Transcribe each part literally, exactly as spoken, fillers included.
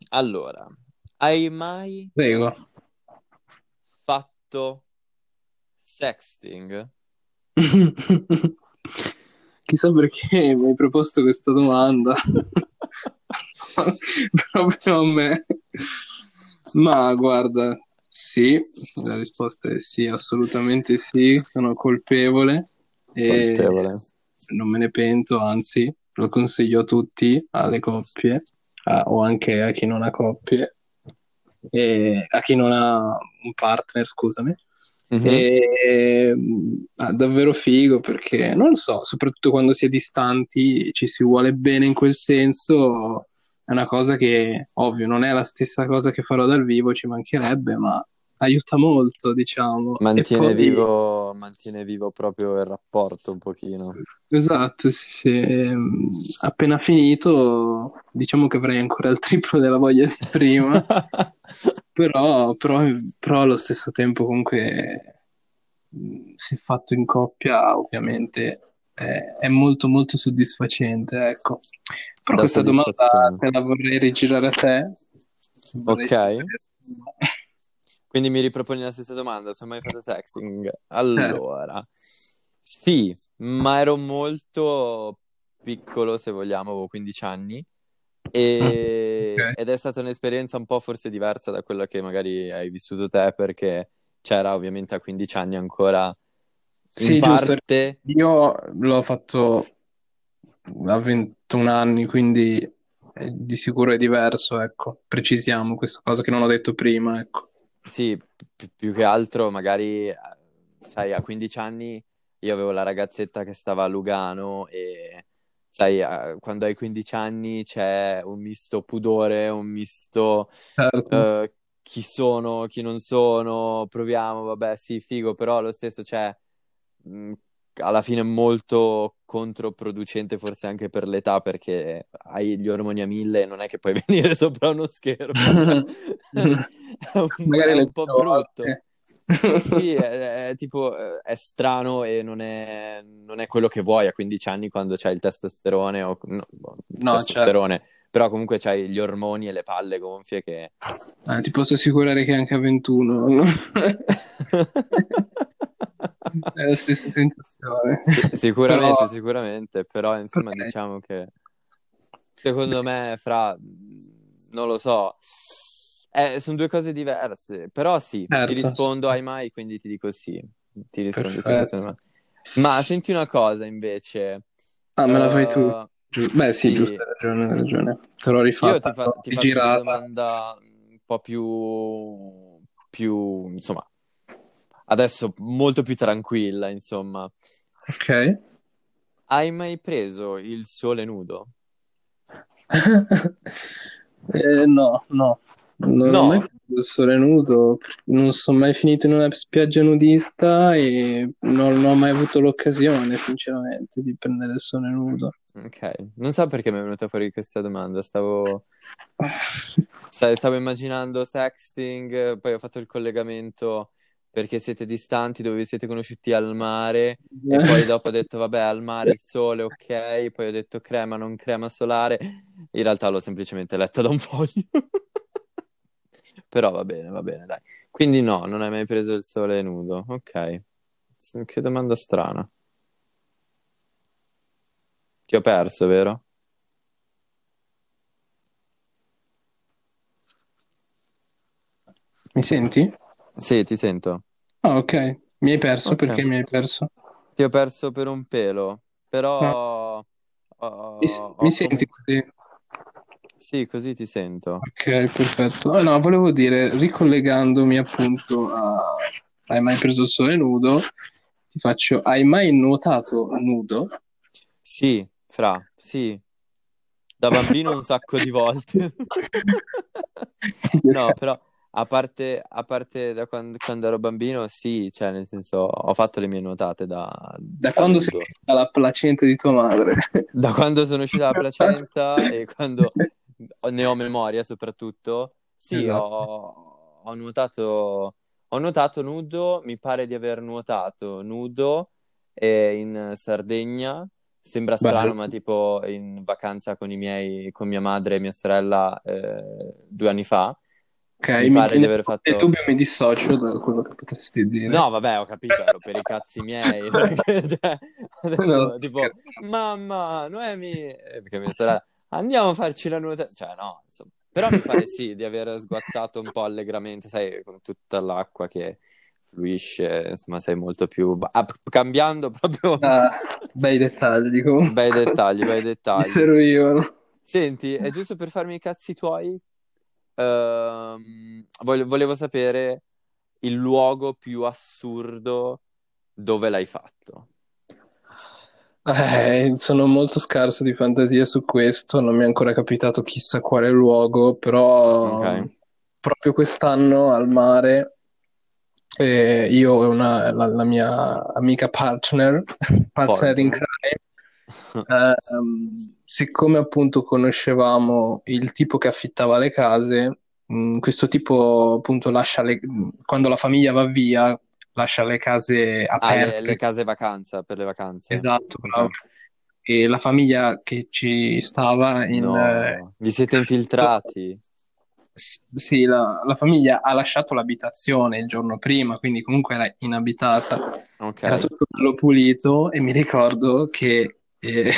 Allora, hai mai Prego. fatto sexting? Chissà perché mi hai proposto questa domanda. Proprio a me. Ma guarda, sì, la risposta è sì, assolutamente sì, sono colpevole e Colpevole. non me ne pento, anzi, lo consiglio a tutti, alle coppie, a- o anche a chi non ha coppie, e a chi non ha un partner, scusami. Mhm. E mh, ah, davvero figo perché non lo so, soprattutto quando si è distanti, ci si vuole bene in quel senso. È una cosa che, ovvio, non è la stessa cosa che farò dal vivo, ci mancherebbe, ma aiuta molto, diciamo. E Mantiene poi, vivo, mantiene vivo proprio il rapporto un pochino. esatto, sì, sì, ehm, appena finito, diciamo che avrei ancora il triplo della voglia di prima, però, però, però allo stesso tempo comunque mh, se fatto in coppia ovviamente è, è molto molto soddisfacente, ecco. Però Da questa domanda soddisfazione. te la vorrei rigirare a te, vorrei Ok, sapere. quindi mi riproponi la stessa domanda, se ho mai fatto sexting? Certo. Allora, sì, ma ero molto piccolo, se vogliamo, avevo quindici anni, Ah, e- ok. ed è stata un'esperienza un po' forse diversa da quella che magari hai vissuto te, perché c'era ovviamente a quindici anni ancora in Sì, giusto. parte. Io l'ho fatto a ventuno anni, quindi è- di sicuro è diverso, ecco. Precisiamo questa cosa che non ho detto prima, ecco. Sì, pi- più che altro magari, eh, sai, a quindici anni io avevo la ragazzetta che stava a Lugano e, sai, eh, quando hai quindici anni c'è un misto pudore, un misto Certo. eh, chi sono, chi non sono, proviamo, vabbè, sì, figo, però allo stesso c'è mh, alla fine molto controproducente forse anche per l'età perché hai gli ormoni a mille e non è che puoi venire sopra uno schermo, cioè è un, Magari è le un po' prime brutto. volte. Sì, è, è tipo, eh, è strano e non è, non è quello che vuoi a quindici anni quando c'hai il testosterone o no, boh, il No, certo. testosterone, però comunque c'hai gli ormoni e le palle gonfie che Eh, ti posso assicurare che anche a ventuno no? È la stessa sensazione. Sì, Però, sicuramente, sicuramente, però insomma ok, diciamo che secondo me fra, non lo so, eh, sono due cose diverse, però sì, ti certo, sì. rispondo ai mai, quindi ti dico sì, ti rispondo sì a questa Perfetto. domanda. Ma senti una cosa invece, Ah, me la fai tu? eh, Giu- Beh, sì, giusto, sì, hai ragione, hai ragione. Te l'ho io ti, rifatta, fa- l'ho ti faccio una rigirata. domanda un po' più, più, insomma, adesso molto più tranquilla, insomma. Ok. Hai mai preso il sole nudo? Eh, no, no, non ho mai No? fatto il sole nudo, non sono mai finito in una spiaggia nudista e non, non ho mai avuto l'occasione, sinceramente, di prendere il sole nudo. Ok, non so perché mi è venuta fuori questa domanda, stavo, sta- stavo immaginando sexting, poi ho fatto il collegamento perché siete distanti, dove vi siete conosciuti al mare, e poi dopo ho detto vabbè al mare il sole, ok, poi ho detto crema, non crema solare, in realtà l'ho semplicemente letta da un foglio. Però va bene, va bene, dai. Quindi no, non hai mai preso il sole nudo, ok. Che domanda strana. Ti ho perso, vero? Mi senti? Sì, ti sento. Ah, ok. Mi hai perso Ok. perché mi hai perso? Ti ho perso per un pelo, No. però ho, Mi, mi ho senti comunque... così? Sì, così ti sento. Ok, perfetto. Ah, no, volevo dire, ricollegandomi appunto a... Hai mai preso il sole nudo? Ti faccio, hai mai nuotato nudo? Sì, fra, sì, da bambino un sacco di volte. No, però a parte, a parte da quando, quando ero bambino, sì, cioè nel senso ho fatto le mie nuotate da, Da da quando sei nudo. uscita dalla placenta di tua madre? Da quando sono uscita dalla placenta e quando ne ho memoria soprattutto, sì, Esatto. ho, ho nuotato, ho nuotato nudo, mi pare di aver nuotato nudo eh, in Sardegna, Sembra strano, Bello. ma tipo in vacanza con i miei, con mia madre e mia sorella eh, due anni fa, Ok, mi mi, pare di nel aver nel fatto... dubbio mi dissocio da quello che potresti dire. No, vabbè, ho capito, ero per i cazzi miei, perché, cioè, No, adesso, sto tipo, scherzando. mamma, Noemi, eh, perché mia sorella, andiamo a farci la nuota, cioè, no, insomma, però mi pare sì, di aver sguazzato un po' allegramente, sai, con tutta l'acqua che fluisce, insomma, sei molto più, ah, cambiando proprio, Ah, bei dettagli bei comunque. dettagli, bei Mi dettagli. servivano. Senti, è giusto per farmi i cazzi tuoi, ehm, voglio- volevo sapere il luogo più assurdo dove l'hai fatto. Eh, sono molto scarso di fantasia su questo, non mi è ancora capitato chissà quale luogo, però Ok? mh, proprio quest'anno al mare, eh, io e una, la, la mia amica partner, partner in Partner. crime, ehm, siccome appunto conoscevamo il tipo che affittava le case, mh, questo tipo appunto lascia le, quando la famiglia va via, lascia le case Ah, le, le aperte. case vacanza, per le vacanze. Esatto, bravo. Ok. E la famiglia che ci stava in... eh, No, vi siete infiltrati? s- sì, la, la famiglia ha lasciato l'abitazione il giorno prima, quindi comunque era inabitata. Era Ok. tutto bello pulito e mi ricordo che eh,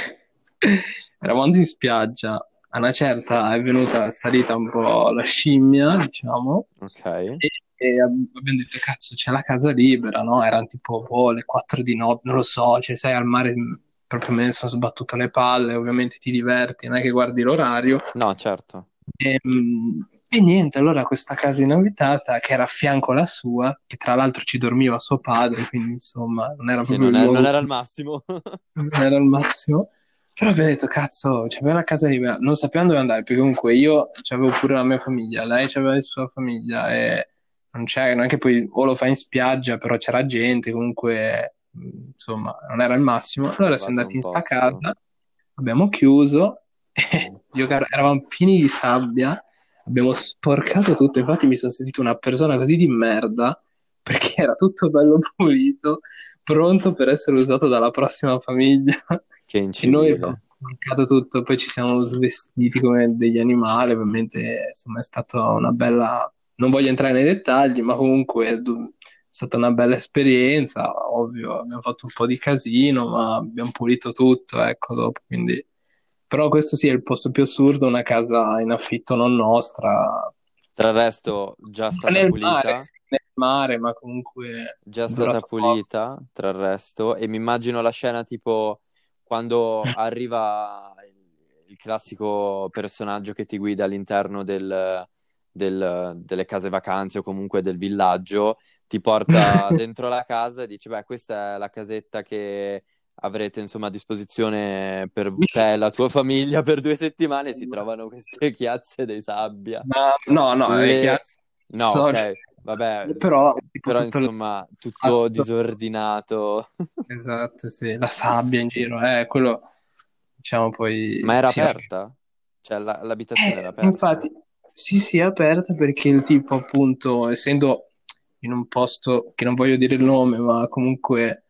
eravamo in spiaggia. A una certa è venuta salita un po' la scimmia, diciamo, Ok. e, e ab- abbiamo detto, cazzo, c'è la casa libera, no? Erano tipo boh, le quattro di notte, non lo so, cioè sai, al mare mh, proprio me ne sono sbattuto le palle, ovviamente ti diverti, non è che guardi l'orario. No, certo. E, mh, e niente, allora questa casa inabitata che era a fianco alla sua, che tra l'altro ci dormiva suo padre, quindi insomma non era Sì, proprio non il è- non luogo era il massimo. non era il massimo. Però abbiamo detto, cazzo, c'aveva la casa libera, non sapevamo dove andare, perché comunque io avevo pure la mia famiglia, lei aveva la sua famiglia e non c'è, non è che poi o lo fai in spiaggia, però c'era gente, comunque, mh, insomma, non era il massimo. Allora siamo Trovate andati un in sta posto. casa, abbiamo chiuso, e io, caro, eravamo pieni di sabbia, abbiamo sporcato tutto, infatti mi sono sentito una persona così di merda, perché era tutto bello pulito pronto per essere usato dalla prossima famiglia. Che E noi abbiamo incivile. mancato tutto, poi ci siamo svestiti come degli animali, ovviamente insomma è stata una bella, non voglio entrare nei dettagli, ma comunque è du- è stata una bella esperienza, ovvio, abbiamo fatto un po' di casino, ma abbiamo pulito tutto, ecco, dopo, quindi... Però questo sì è il posto più assurdo, una casa in affitto non nostra, Tra il resto, già ma stata nel mare, pulita? sì, nel mare, ma comunque Già è stata durato poco. pulita, tra il resto, e mi immagino la scena tipo quando arriva il, il classico personaggio che ti guida all'interno del- del- delle case vacanze o comunque del villaggio, ti porta dentro la casa e dice, beh, questa è la casetta che avrete insomma a disposizione per te e la tua famiglia per due settimane, si trovano queste chiazze di sabbia. Ma no, no, le Le... chiazze No, so, ok, vabbè, però tipo però tutto il insomma, tutto fatto, disordinato. esatto, sì, la sabbia in giro, eh, quello diciamo Ma poi era sì, aperta? Cioè, la- l'abitazione era eh, aperta? infatti, sì, sì, è aperta perché il tipo, appunto, essendo in un posto che non voglio dire il nome, ma comunque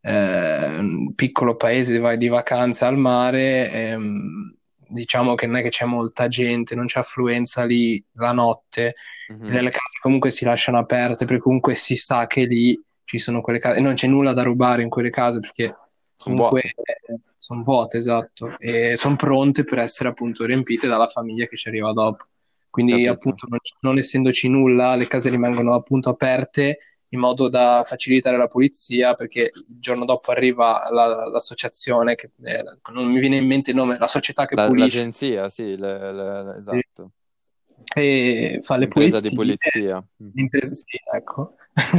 eh, un piccolo paese di, va- di vacanza al mare, ehm, diciamo che non è che c'è molta gente, non c'è affluenza lì la notte, e Mhm. le case comunque si lasciano aperte perché comunque si sa che lì ci sono quelle case e non c'è nulla da rubare in quelle case perché Sono comunque vuote. sono vuote, esatto, e sono pronte per essere appunto riempite dalla famiglia che ci arriva dopo. Quindi Capito? appunto non, non essendoci nulla, le case rimangono appunto aperte in modo da facilitare la pulizia perché il giorno dopo arriva la- l'associazione, che, eh, non mi viene in mente il nome, la società che La- pulisce l'agenzia, sì, le- le- le- e, esatto. e fa le L'impresa di pulizie. pulizia. Mhm. L'impresa, sì, ecco.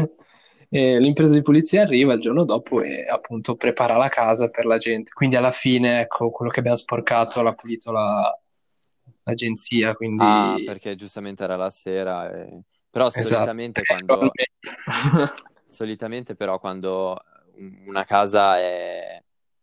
E l'impresa di pulizia arriva il giorno dopo e appunto prepara la casa per la gente. Quindi alla fine, ecco, quello che abbiamo sporcato l'ha pulito la- l'agenzia, Ah, quindi perché giustamente era la sera. e- Però esatto. solitamente Eh, quando... probabilmente. Solitamente però quando una casa è,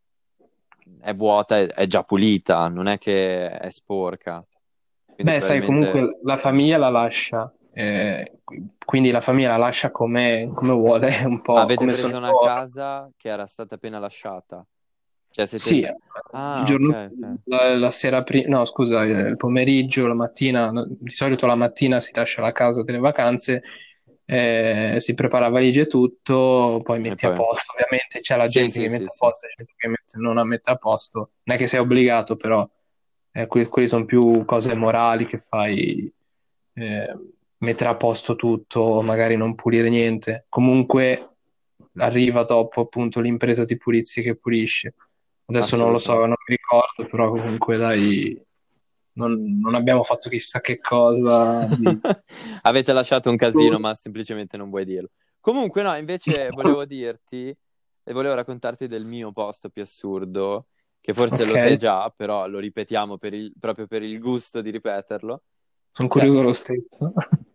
è vuota, è, è già pulita, non è che è sporca. Quindi Beh, sai, probabilmente... comunque la famiglia la lascia, eh, quindi la famiglia la lascia come, come vuole, un po' Avete come sono preso una loro. casa che era stata appena lasciata. Cioè siete... Sì, gi- il Ah, ok, giorno, ok. la, la sera prima, no, scusa, il il pomeriggio, la mattina, no, di solito la mattina si lascia la casa delle vacanze, eh, si prepara valigie e tutto, poi E metti a poi... posto. Ovviamente c'è la Sì, gente sì, che sì, mette a sì. posto e gente che mette- non la mette a posto. Non è che sei obbligato, però eh, que- quelli sono più cose morali che fai, eh, mettere a posto tutto, magari non pulire niente. Comunque arriva dopo appunto l'impresa di pulizia che pulisce. Adesso non lo so, non Assolutamente. mi ricordo, però comunque dai, non, non abbiamo fatto chissà che cosa di... Avete lasciato un casino, ma semplicemente non vuoi dirlo. Comunque, no, invece volevo dirti e volevo raccontarti del mio posto più assurdo, che forse lo sai Ok, già, però lo ripetiamo per il- proprio per il gusto di ripeterlo. sono Cioè, curioso lo stesso.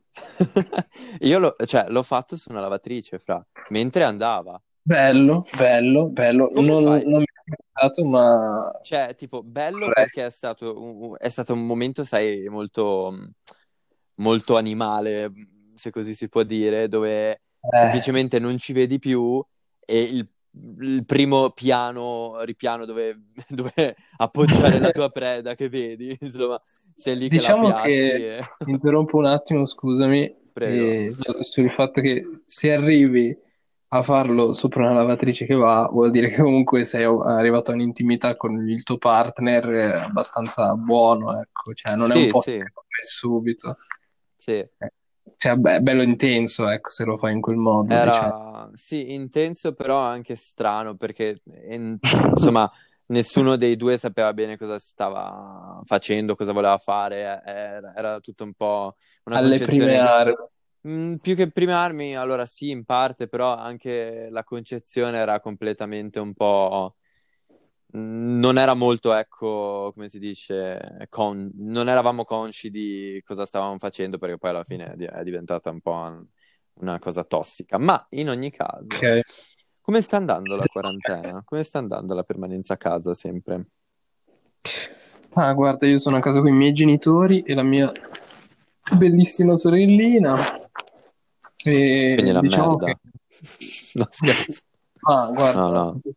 io lo- cioè, l'ho fatto su una lavatrice, fra, mentre andava. Bello, bello, bello. Come Non, fai? non mi è capitato, ma Cioè, tipo, bello vorrei. perché è stato un, è stato un momento, sai, molto, molto animale, se così si può dire, dove Eh, semplicemente non ci vedi più e il, il primo piano, ripiano dove, dove appoggiare la tua preda che vedi, insomma, sei lì che la diciamo piazzi che e... ti interrompo un attimo, scusami, Prego. eh, sul fatto che se arrivi a farlo sopra una lavatrice che va, vuol dire che comunque sei arrivato a un'intimità con il tuo partner eh, abbastanza buono, ecco, cioè non è un Sì, posto sì, che lo fai subito. sì. Eh, Cioè, beh, è bello intenso, ecco, se lo fai in quel modo, diciamo. Era sì, intenso, però anche strano perché en- insomma nessuno dei due sapeva bene cosa stava facendo, cosa voleva fare. Era, era tutto un po' una Alle prime concezione armi. mm, più che prime armi, allora sì, in parte, però anche la concezione era completamente un po'. Mm, non era molto, ecco, come si dice, con- non eravamo consci di cosa stavamo facendo perché poi alla fine è di- è diventata un po' una cosa tossica. Ma in ogni caso, Ok. come sta andando la quarantena? Come sta andando la permanenza a casa sempre? Ah, guarda, io sono a casa con i miei genitori e la mia bellissima sorellina. Quindi E la diciamo che, merda. No, scherzo. ah, No, guarda, no.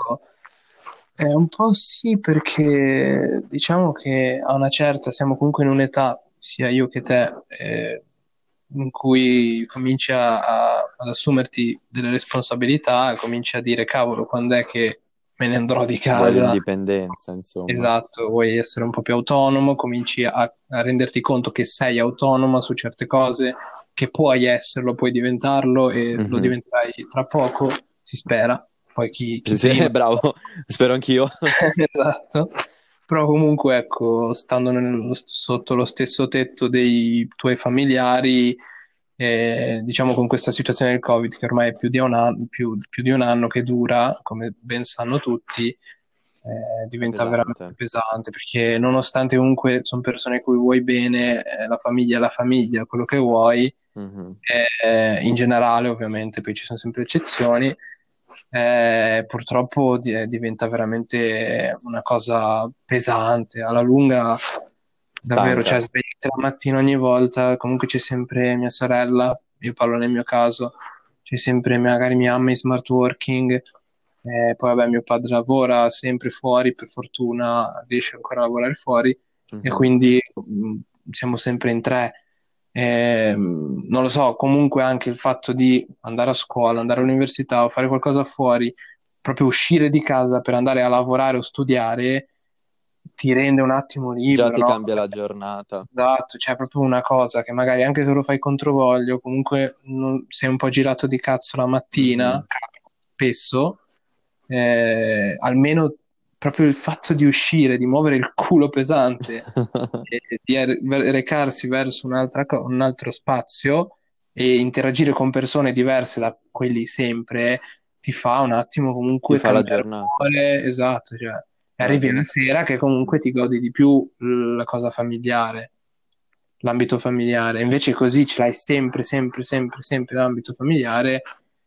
è un po' sì perché diciamo che a una certa siamo comunque in un'età, sia io che te, eh, in cui cominci a- a- ad assumerti delle responsabilità e cominci a dire, cavolo, quando è che me ne andrò di Vuoi casa? l'indipendenza, insomma. Esatto, vuoi essere un po' più autonomo, cominci a, a renderti conto che sei autonoma su certe cose, che puoi esserlo, puoi diventarlo e lo Mhm. diventerai tra poco, si spera. Poi chi, Sp- chi sì, prima. bravo, spero anch'io. Esatto. Però comunque, ecco, stando nello- sotto lo stesso tetto dei tuoi familiari, eh, diciamo con questa situazione del Covid, che ormai è più di un anno, più, più di un anno che dura, come ben sanno tutti, eh, È diventa veramente pesante. pesante, perché nonostante comunque sono persone a cui vuoi bene, eh, la famiglia è la famiglia, quello che vuoi, Mhm. eh, in generale ovviamente, poi ci sono sempre eccezioni, eh, purtroppo di- diventa veramente una cosa pesante, alla lunga davvero, Stanca. cioè svegliarti la mattina ogni volta, comunque c'è sempre mia sorella, io parlo nel mio caso, c'è sempre magari mia mamma in smart working, eh, poi vabbè mio padre lavora sempre fuori, per fortuna riesce ancora a lavorare fuori e Mhm. quindi mh, siamo sempre in tre. Ehm, non lo so, comunque anche il fatto di andare a scuola, andare all'università o fare qualcosa fuori, proprio uscire di casa per andare a lavorare o studiare, ti rende un attimo Già libero, ti no? cambia la giornata. Esatto, cioè è proprio una cosa che magari anche se lo fai controvoglio, comunque non- sei un po' girato di cazzo la mattina, Mhm. capita spesso, eh, almeno proprio il fatto di uscire, di muovere il culo pesante e di er- recarsi verso un'altra co- un altro spazio e interagire con persone diverse da quelli sempre, ti fa un attimo Ti comunque fa la cambiare giornata. umore, esatto, cioè e arrivi Certo. alla sera che comunque ti godi di più la cosa familiare, l'ambito familiare. Invece così ce l'hai sempre, sempre, sempre, sempre l'ambito familiare,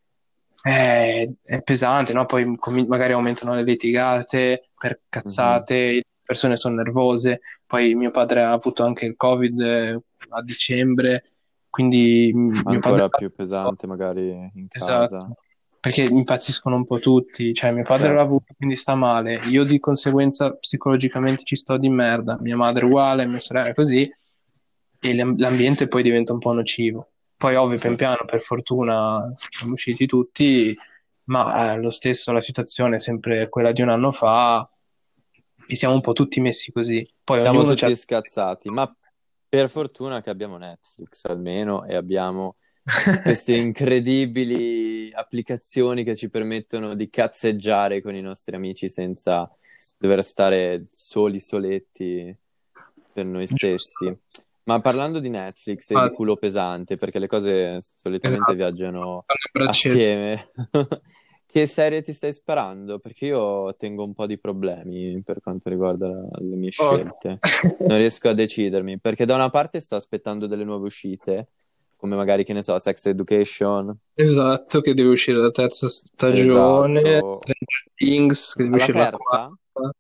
è, è pesante, no? Poi comi- magari aumentano le litigate per Mhm. cazzate, le persone sono nervose. Poi mio padre ha avuto anche il Covid eh, a dicembre, quindi mm, mio padre Ancora ha più pesante magari in casa. esatto. perché impazziscono un po' tutti, cioè mio padre l'ha Certo. avuto, quindi sta male, io di conseguenza psicologicamente ci sto di merda, mia madre uguale, mia sorella così, e l'am- l'ambiente poi diventa un po' nocivo. Poi ovvio, pian Sì. piano, per fortuna, siamo usciti tutti, ma eh, lo stesso, la situazione è sempre quella di un anno fa, e siamo un po' tutti messi così. Poi Siamo ognuno c'ha... tutti scazzati, ma per fortuna che abbiamo Netflix almeno e abbiamo queste incredibili applicazioni che ci permettono di cazzeggiare con i nostri amici senza dover stare soli, soletti per noi stessi. Giusto. Ma parlando di Netflix e di Infatti, culo pesante, perché le cose solitamente esatto, viaggiano fanno le braccette. assieme, che serie ti stai sparando? Perché io tengo un po' di problemi per quanto riguarda le mie Oh. scelte. Non riesco a decidermi, perché da una parte sto aspettando delle nuove uscite, come magari, che ne so, Sex Education. Esatto, che deve uscire la terza stagione, Esatto. Stranger Things, che deve Alla uscire la terza? quarta.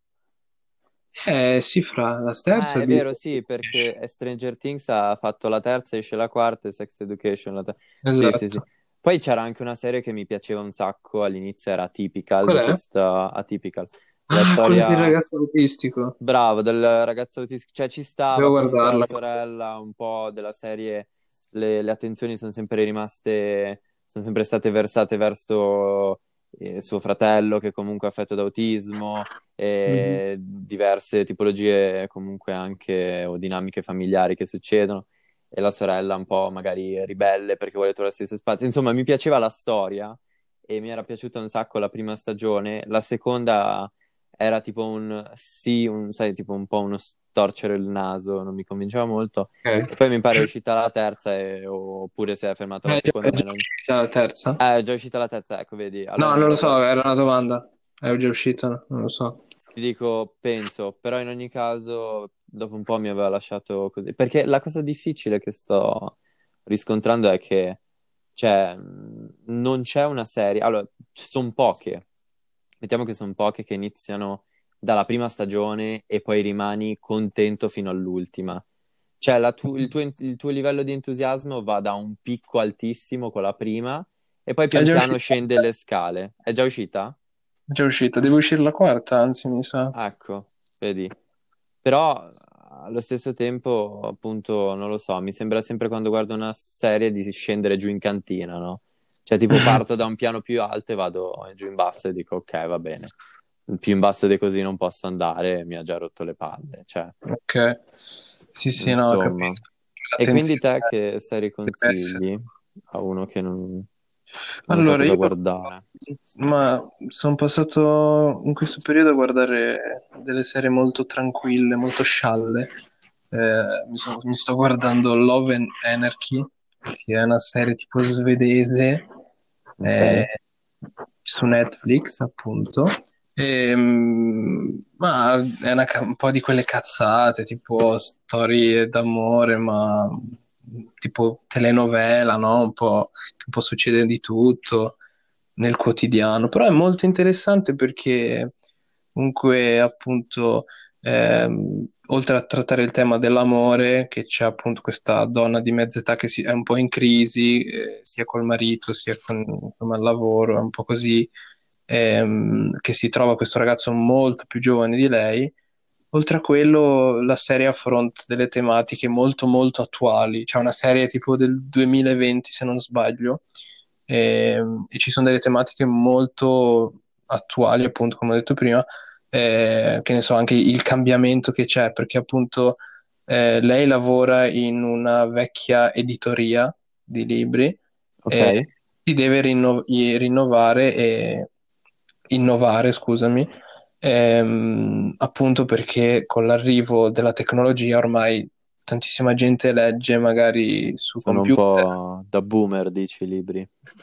Eh sì, fra la Ah, terza ho è vero, visto. sì, perché Stranger Things ha fatto la terza, esce la quarta e Sex Education la ter- Sì, sì, sì. Esatto. Poi c'era anche una serie che mi piaceva un sacco, all'inizio era Atypical, Qual di è? questa Atypical. La Ah, quella del storia, ragazzo autistico. bravo, del ragazzo autistico, cioè ci Devo stava comunque la guardarla. sorella, un po' della serie, le, le attenzioni sono sempre rimaste, sono sempre state versate verso eh, suo fratello che comunque è affetto da autismo Mhm. e diverse tipologie comunque anche o dinamiche familiari che succedono e la sorella un po' magari ribelle perché vuole trovarsi il suo spazio. Insomma, mi piaceva la storia e mi era piaciuta un sacco la prima stagione. La seconda era tipo un sì, un, sai, tipo un po' uno storcere il naso, non mi convinceva molto. Ok. E poi mi pare è uscita la terza, e- oppure se è fermata la È già, seconda, è me già non... uscita la terza? Eh, è già uscita la terza, ecco, vedi, allora No, non non lo l'ho so, guardata. era una domanda. È già uscita? Non lo so. Ti dico, penso, però in ogni caso dopo un po' mi aveva lasciato così. Perché la cosa difficile che sto riscontrando è che cioè, mh, non c'è una serie. Allora, ci sono poche. Mettiamo che sono poche che iniziano dalla prima stagione e poi rimani contento fino all'ultima. Cioè, la tu- il tuo, il tuo livello di entusiasmo va da un picco altissimo con la prima e poi È pian già piano uscita? scende le scale. È già uscita? È già uscita. Deve uscire la quarta, anzi, mi sa. Ecco, vedi. Però allo stesso tempo, appunto, non lo so, mi sembra sempre quando guardo una serie di scendere giù in cantina, no? Cioè, tipo, parto da un piano più alto e vado giù in basso e dico, ok, va bene. Più in basso di così non posso andare, mi ha già rotto le palle. Cioè, Ok. Sì, sì, no, insomma. capisco. E quindi L'attenzione te che serie deve essere. consigli a uno che non, non lo sa Allora, cosa io guardare? ma sono passato in questo periodo a guardare delle serie molto tranquille, molto scialle. Eh, mi, so- mi sto guardando Love and Anarchy, che è una serie tipo svedese, eh, Ok? su Netflix, appunto. Ehm, ma è una ca- un po' di quelle cazzate, tipo storie d'amore, ma tipo telenovela, no? Un po' che può succedere di tutto nel quotidiano, però è molto interessante perché comunque appunto ehm, oltre a trattare il tema dell'amore, che c'è appunto questa donna di mezza età che si- è un po' in crisi, eh, sia col marito sia con, con il lavoro, è un po' così, ehm, che si trova questo ragazzo molto più giovane di lei. Oltre a quello, la serie affronta delle tematiche molto molto attuali. C'è una serie tipo del duemilaventi, se non sbaglio, e, e ci sono delle tematiche molto attuali, appunto, come ho detto prima, eh, che ne so, anche il cambiamento che c'è, perché appunto eh, lei lavora in una vecchia editoria di libri e Ok? si deve rinno- i- rinnovare e innovare, scusami, ehm, appunto perché con l'arrivo della tecnologia ormai tantissima gente legge magari su Sono un computer. po' da boomer, dici, i libri.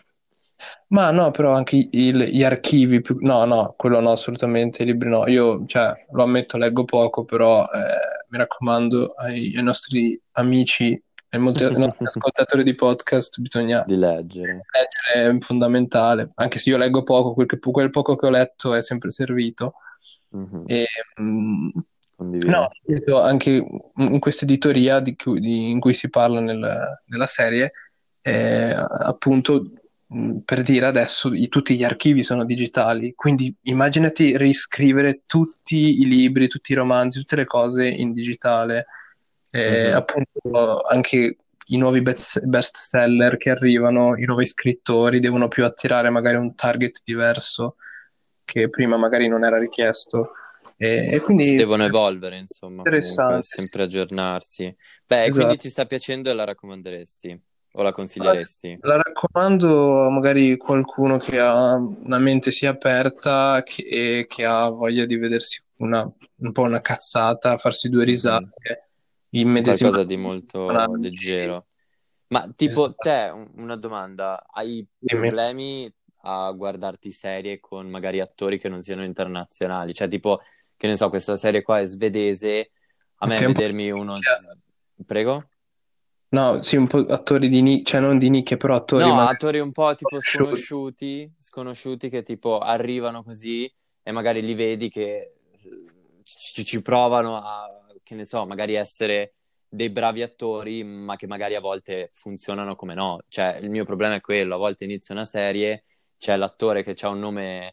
Ma no, però anche il- gli archivi, più... no, no, quello no, assolutamente, i libri no. Io, cioè, lo ammetto, leggo poco, però eh, mi raccomando ai, ai nostri amici, ai, molti, ai nostri ascoltatori di podcast, bisogna Di leggere. leggere, è fondamentale, anche se io leggo poco, quel, che- quel poco che ho letto è sempre servito. Mhm. E, mm, no, Condivido. io anche in questa editoria di cui- di- in cui si parla nel- nella serie, eh, appunto mh, per dire adesso i- tutti gli archivi sono digitali, quindi immaginati riscrivere tutti i libri, tutti i romanzi, tutte le cose in digitale. Eh, Mhm. appunto anche i nuovi best, best seller che arrivano, i nuovi scrittori devono più attirare magari un target diverso che prima magari non era richiesto. E, e quindi Devono evolvere, insomma, comunque, interessante, sì. sempre aggiornarsi. Beh, e quindi Esatto. ti sta piacendo e la raccomanderesti? O la Ma consiglieresti? la raccomando magari qualcuno che ha una mente sia aperta che, e che ha voglia di vedersi una, un po' una cazzata, farsi due Mhm. risate, immedesimare Qualcosa di nei molto personaggi. leggero. Ma tipo Esatto. te, un- una domanda, hai Dimmi. problemi a guardarti serie con magari attori che non siano internazionali? Cioè tipo, che ne so, questa serie qua è svedese, a Ok, me un po' di vedermi uno... nicchia. s- Prego? No, sì, un po' attori di nicchia, cioè non di nicchia, però attori No, magari attori un po' tipo conosciuti. sconosciuti, sconosciuti che tipo arrivano così e magari li vedi che eh, ci, ci provano a, che ne so, magari essere dei bravi attori, ma che magari a volte funzionano come no. Cioè, il mio problema è quello, a volte inizio una serie, c'è l'attore che ha un nome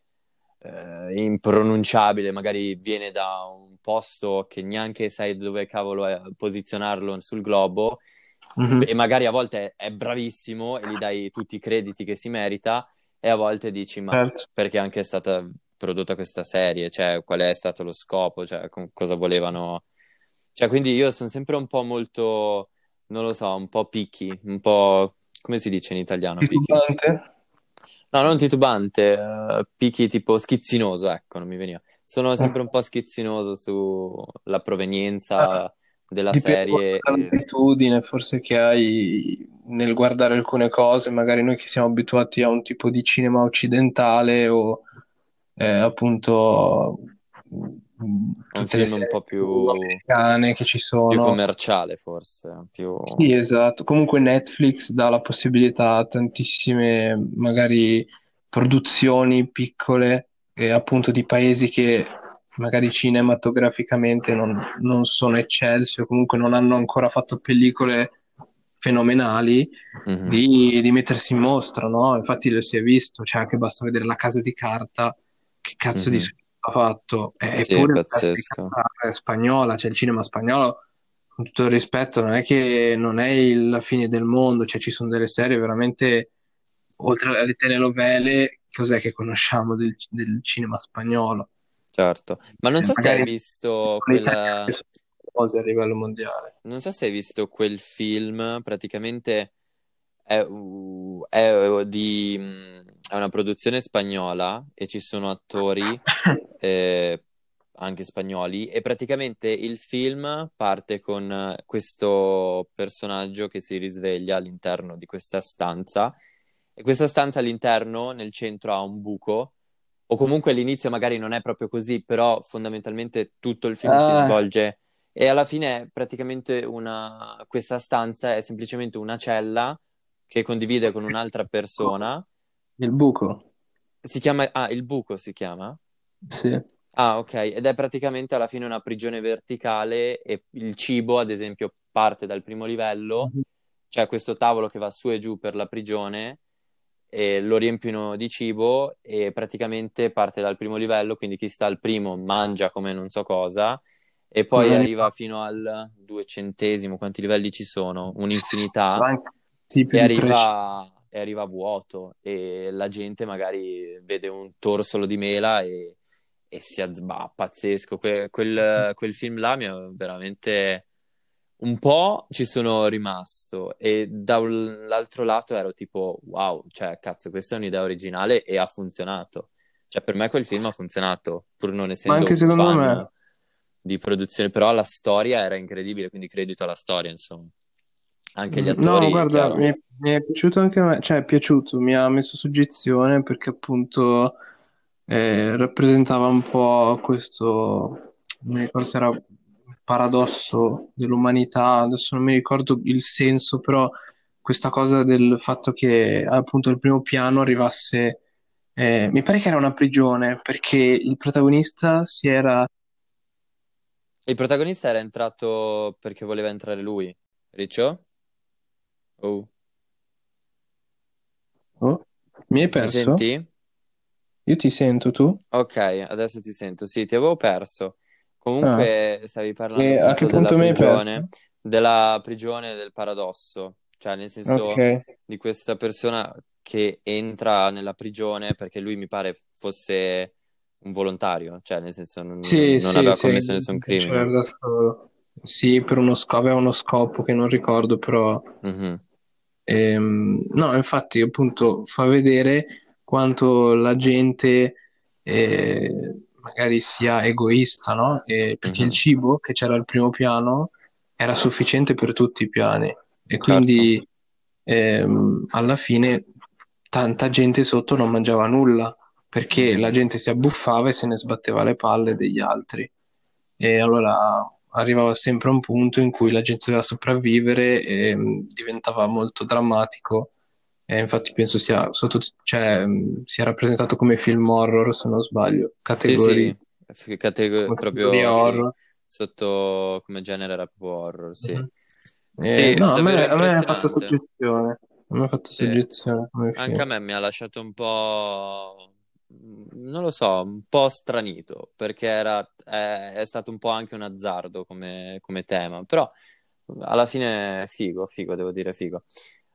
eh, impronunciabile, magari viene da un posto che neanche sai dove cavolo è, posizionarlo sul globo Mhm. e magari a volte è bravissimo e gli dai tutti i crediti che si merita e a volte dici ma Certo. perché anche è stata prodotta questa serie, cioè qual è stato lo scopo, cioè con- cosa volevano, cioè quindi io sono sempre un po' molto, non lo so, un po' picky, un po', come si dice in italiano picky? Titubante? No, non titubante, eh, picky tipo schizzinoso, ecco, non mi veniva. Sono Ok. sempre un po' schizzinoso sulla Ah, provenienza della dipende molto serie e... dall'abitudine forse che hai nel guardare alcune cose, magari noi che siamo abituati a un tipo di cinema occidentale o eh, appunto mh, un tutte le film un serie po' T V più, americane che ci più sono. commerciale, forse, più... Sì, esatto. Comunque Netflix dà la possibilità a tantissime magari produzioni piccole e appunto di paesi che magari cinematograficamente non, non sono eccelsi o comunque non hanno ancora fatto pellicole fenomenali Mhm. di, di mettersi in mostra, no? Infatti lo si è visto, cioè anche basta vedere La Casa di Carta, che cazzo di Mhm. successo ha fatto, E- Sì, è eppure La Casa di pazzesco. Carta è spagnola, cioè il cinema spagnolo con tutto il rispetto, non è che non è il- la fine del mondo, cioè ci sono delle serie veramente, oltre alle telenovele, cos'è che conosciamo del, del cinema spagnolo? Certo. Ma non Cioè, so se hai magari visto le italiane quella... sono famose a livello mondiale. Non so se hai visto quel film, praticamente è, uh, è di... mh, è una produzione spagnola e ci sono attori eh, anche spagnoli e praticamente il film parte con eh, questo personaggio che si risveglia all'interno di questa stanza e questa stanza all'interno, nel centro, ha un buco o comunque all'inizio magari non è proprio così, però fondamentalmente tutto il film si Ah, svolge e alla fine praticamente una... questa stanza è semplicemente una cella che condivide con un'altra persona. il buco, Si chiama... Ah, il buco si chiama? sì. Ah, ok, ed è praticamente alla fine una prigione verticale e il cibo, ad esempio, parte dal primo livello, Mhm. c'è questo tavolo che va su e giù per la prigione e lo riempiono di cibo e praticamente parte dal primo livello, quindi chi sta al primo mangia come non so cosa e Come poi un arriva animale. fino al duecentesimo, quanti livelli ci sono? Sì, Un'infinità anche- sì, più e di trecento. arriva, e arriva a vuoto e la gente magari vede un torsolo di mela e, e si azzba, pazzesco. Que- quel, quel film là mi ha veramente un po' ci sono rimasto e dall'altro lato ero tipo wow, cioè cazzo, questa è un'idea originale e ha funzionato. Cioè per me quel film ha funzionato, pur non Ma essendo anche un secondo fan me. di produzione, però la storia era incredibile, quindi credito alla storia, insomma. Anche gli Mm, no, attori, guarda, chiaro. mi è, mi è piaciuto anche a me, cioè è piaciuto, mi ha messo suggezione perché appunto eh, rappresentava un po' questo, non mi ricordo se era il paradosso dell'umanità, adesso non mi ricordo il senso, però questa cosa del fatto che appunto al primo piano arrivasse, eh, mi pare che era una prigione perché il protagonista si era... Il protagonista era entrato perché voleva entrare lui. Riccio? Oh, Oh. Mi hai Mi perso? senti? Io ti sento, tu? Ok, adesso ti sento. Sì, ti avevo perso. Ah, Comunque stavi parlando e a che appunto della punto mi hai perso? prigione, della prigione del paradosso, cioè nel Ok. senso di questa persona che entra nella prigione perché lui mi pare fosse un volontario, cioè nel senso non, Sì, non sì, aveva sì, commesso nessun c'era crimine. da solo. Sì, per uno scopo, aveva uno scopo che non ricordo, però... Mhm. ehm, no, infatti, appunto, fa vedere quanto la gente eh, magari sia egoista, no? E perché il Mhm. cibo che c'era al primo piano era sufficiente per tutti i piani e Certo. quindi ehm, alla fine tanta gente sotto non mangiava nulla perché la Mhm. gente si abbuffava e se ne sbatteva le palle degli altri. E allora arrivava sempre a un punto in cui la gente doveva sopravvivere e mh, diventava molto drammatico. E infatti penso sia, sotto, cioè, mh, sia rappresentato come film horror, se non sbaglio, Sì, categoria, sì, f- catego- come categoria proprio sì, horror. sotto come genere era proprio horror, sì. Mhm. Eh, Sì, no, a me, davvero a me ha fatto impressionante. suggestione. A me ha fatto Sì, suggestione come anche film. a me mi ha lasciato un po', non lo so, un po' stranito, perché era, è, è stato un po' anche un azzardo come, come tema, però alla fine figo, figo, devo dire figo.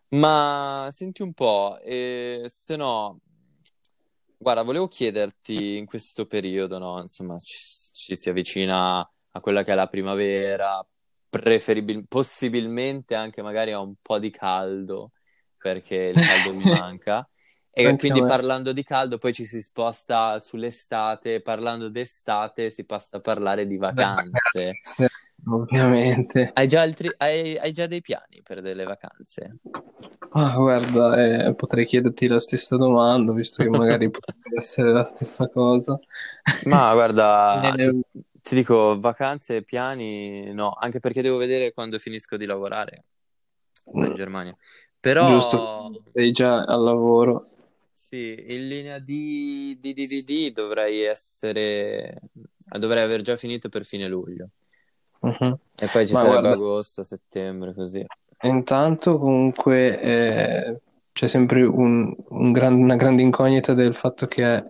Ma senti un po', e se no, guarda, volevo chiederti in questo periodo, no? Insomma, ci, ci si avvicina a quella che è la primavera, preferibil- possibilmente anche magari a un po' di caldo, perché il caldo mi manca. E Anche a quindi me. parlando di caldo, poi ci si sposta sull'estate, parlando d'estate si passa a parlare di Le vacanze. vacanze, ovviamente. Hai già altri, hai, hai già dei piani per delle vacanze? Ah, guarda, eh, potrei chiederti la stessa domanda, visto che magari potrebbe essere la stessa cosa. Ma guarda, ti, Eh, ti dico, vacanze, piani, no, anche perché devo vedere quando finisco di lavorare qua in Germania. giusto, Però sei già al lavoro. sì, in linea di, di, di, di, di dovrei essere, dovrei aver già finito per fine luglio. Mhm. E poi ci Ma sarebbe guarda, agosto, settembre, così. intanto comunque eh, c'è sempre un- un gran- una grande incognita del fatto che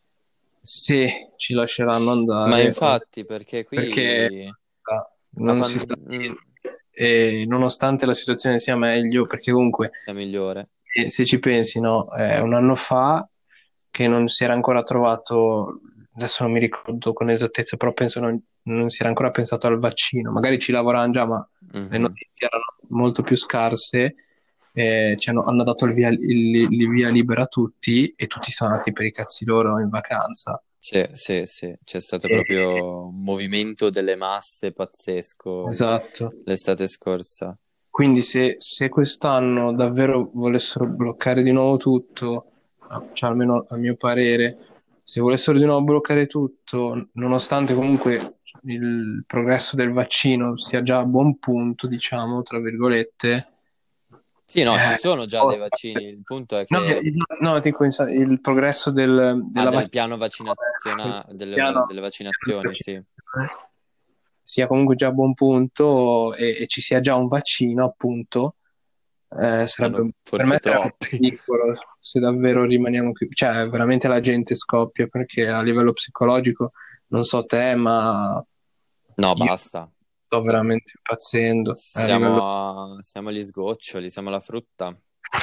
se ci lasceranno Ma andare, o- infatti, perché perché qui ah, la non si sta pandemia bene. E nonostante la situazione sia meglio, perché comunque sia migliore. e se ci pensi, no, è un anno fa che non si era ancora trovato, adesso non mi ricordo con esattezza, però penso non, non si era ancora pensato al vaccino. Magari ci lavoravano già, ma le Mhm. notizie erano molto più scarse. Eh, ci hanno, hanno dato il via, il, il via libera a tutti e tutti sono andati per i cazzi loro in vacanza. Sì, sì, sì, c'è stato E- proprio un movimento delle masse pazzesco esatto. l'estate scorsa. Quindi se, se quest'anno davvero volessero bloccare di nuovo tutto, cioè almeno a mio parere, se volessero di nuovo bloccare tutto, nonostante comunque il progresso del vaccino sia già a buon punto, diciamo, tra virgolette, Sì, no, ci eh, sono già dei costa- vaccini, il punto è no, che no, dico in sa- il progresso del, ah, della del piano vaccinazione, vaccinazione, delle, piano delle di vaccinazioni, sì. vaccinazione sia comunque già a buon punto e, e ci sia già un vaccino, appunto, Ce eh, ne stanno sarebbe, per forse me sarebbe troppi. piccolo se davvero rimaniamo qui. Cioè, veramente la gente scoppia perché a livello psicologico, non so te, ma No, io basta. sto Sta- veramente impazzendo a livello. Siamo, siamo agli sgoccioli, siamo la frutta.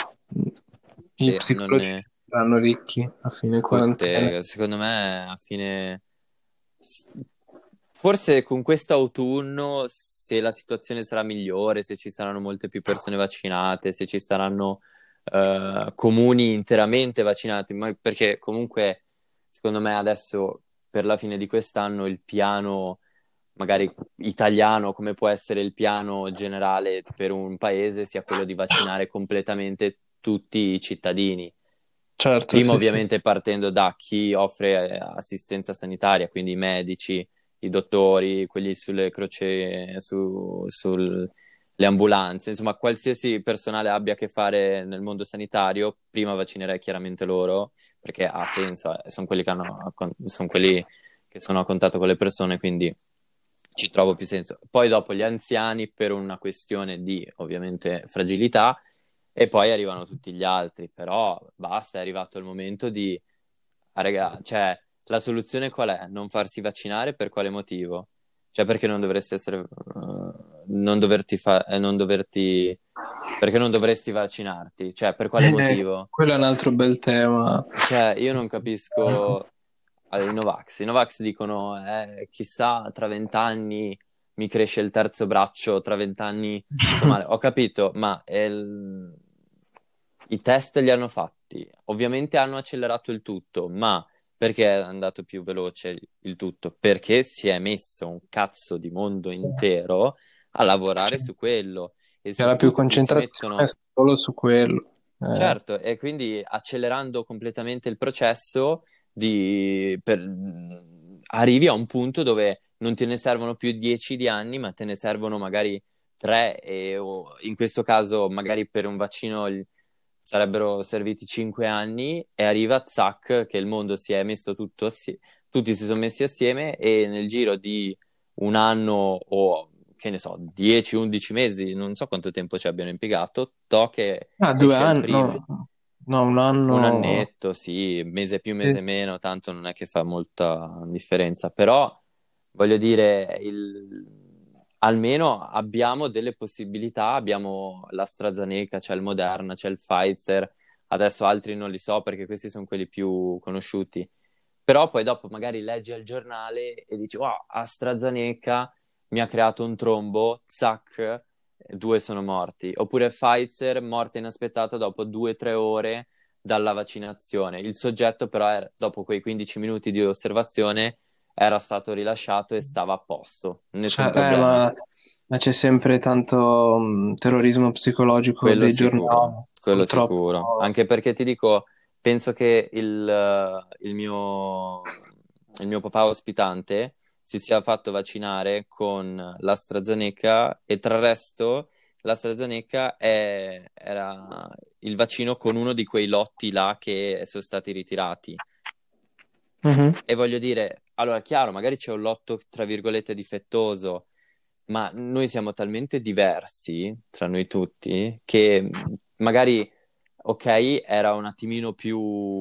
I Sì, non psicologi ne... saranno ricchi a fine quarantena. Tutte, secondo me, a fine... Forse con questo autunno, se la situazione sarà migliore, se ci saranno molte più persone vaccinate, se ci saranno eh, comuni interamente vaccinati, ma perché comunque, secondo me, adesso per la fine di quest'anno il piano magari italiano, come può essere il piano generale per un paese, sia quello di vaccinare completamente tutti i cittadini. Certo, Prima sì, sì. ovviamente partendo da chi offre eh, assistenza sanitaria, quindi i medici, i dottori, quelli sulle croce, su, sulle ambulanze, insomma qualsiasi personale abbia a che fare nel mondo sanitario, prima vaccinerei chiaramente loro, perché ha senso, eh, sono quelli che hanno, sono quelli che sono a contatto con le persone, quindi ci trovo più senso. Poi dopo gli anziani per una questione di ovviamente fragilità E poi arrivano tutti gli altri, però basta, è arrivato il momento di... Ah, raga, cioè, la soluzione qual è? Non farsi vaccinare per quale motivo? Cioè, perché non dovresti essere... eh, non doverti fa... eh, non doverti... Perché non dovresti vaccinarti? Cioè, per quale Eh, motivo? quello è un altro bel tema. Cioè, io non capisco... Allora, i Novax. I Novax dicono, eh, chissà, tra vent'anni mi cresce il terzo braccio, tra vent'anni sto male. Ho capito, ma è il- i test li hanno fatti. Ovviamente hanno accelerato il tutto, ma perché è andato più veloce il tutto? Perché si è messo un cazzo di mondo intero a lavorare su quello. E se C'era più tutti si concentrazione mettono... solo su quello. Eh, Certo, e quindi accelerando completamente il processo, di, per- arrivi a un punto dove non te ne servono più dieci di anni, ma te ne servono magari tre, e, o in questo caso magari per un vaccino gli sarebbero serviti cinque anni, e arriva, zac, che il mondo si è messo tutto assi- tutti si sono messi assieme, e nel giro di un anno o che ne so, dieci undici mesi, non so quanto tempo ci abbiano impiegato, to che ah, due esce il anni? No, primo. no, un Un anno. annetto, sì, mese più, Sì. mese meno, tanto non è che fa molta differenza, però voglio dire, il- almeno abbiamo delle possibilità, abbiamo l'AstraZeneca, c'è il Moderna, c'è il Pfizer, adesso altri non li so perché questi sono quelli più conosciuti, però poi dopo magari leggi al giornale e dici, wow, AstraZeneca mi ha creato un trombo, zac, due sono morti. Oppure Pfizer, morte inaspettata dopo due o tre ore dalla vaccinazione. Il soggetto però, era- dopo quei quindici minuti di osservazione, era stato rilasciato e stava a posto, nessun Cioè, eh, problema. ma, ma c'è sempre tanto mh, terrorismo psicologico Quello dei sicuro, giornali, quello sicuro. purtroppo. Anche perché ti dico, penso che il, eh, il mio, il mio papà ospitante si sia fatto vaccinare con l'AstraZeneca, e tra il resto l'AstraZeneca è- era il vaccino con uno di quei lotti là che sono stati ritirati. Mhm. E voglio dire, allora, chiaro, magari c'è un lotto, tra virgolette, difettoso, ma noi siamo talmente diversi tra noi tutti che mh, magari, ok, era un attimino più,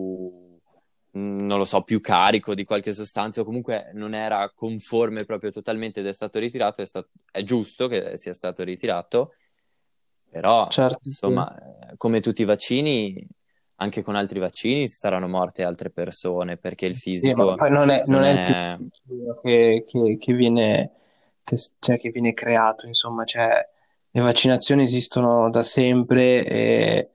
mh, non lo so, più carico di qualche sostanza, o comunque non era conforme proprio totalmente ed è stato ritirato, è, sta- è giusto che sia stato ritirato, però, Certo, sì. insomma, eh, come tutti i vaccini, anche con altri vaccini saranno morte altre persone perché il Sì, ma fisico poi non è, non non è il più è... che, che- che viene, tes- cioè, che viene creato, insomma, cioè, le vaccinazioni esistono da sempre e,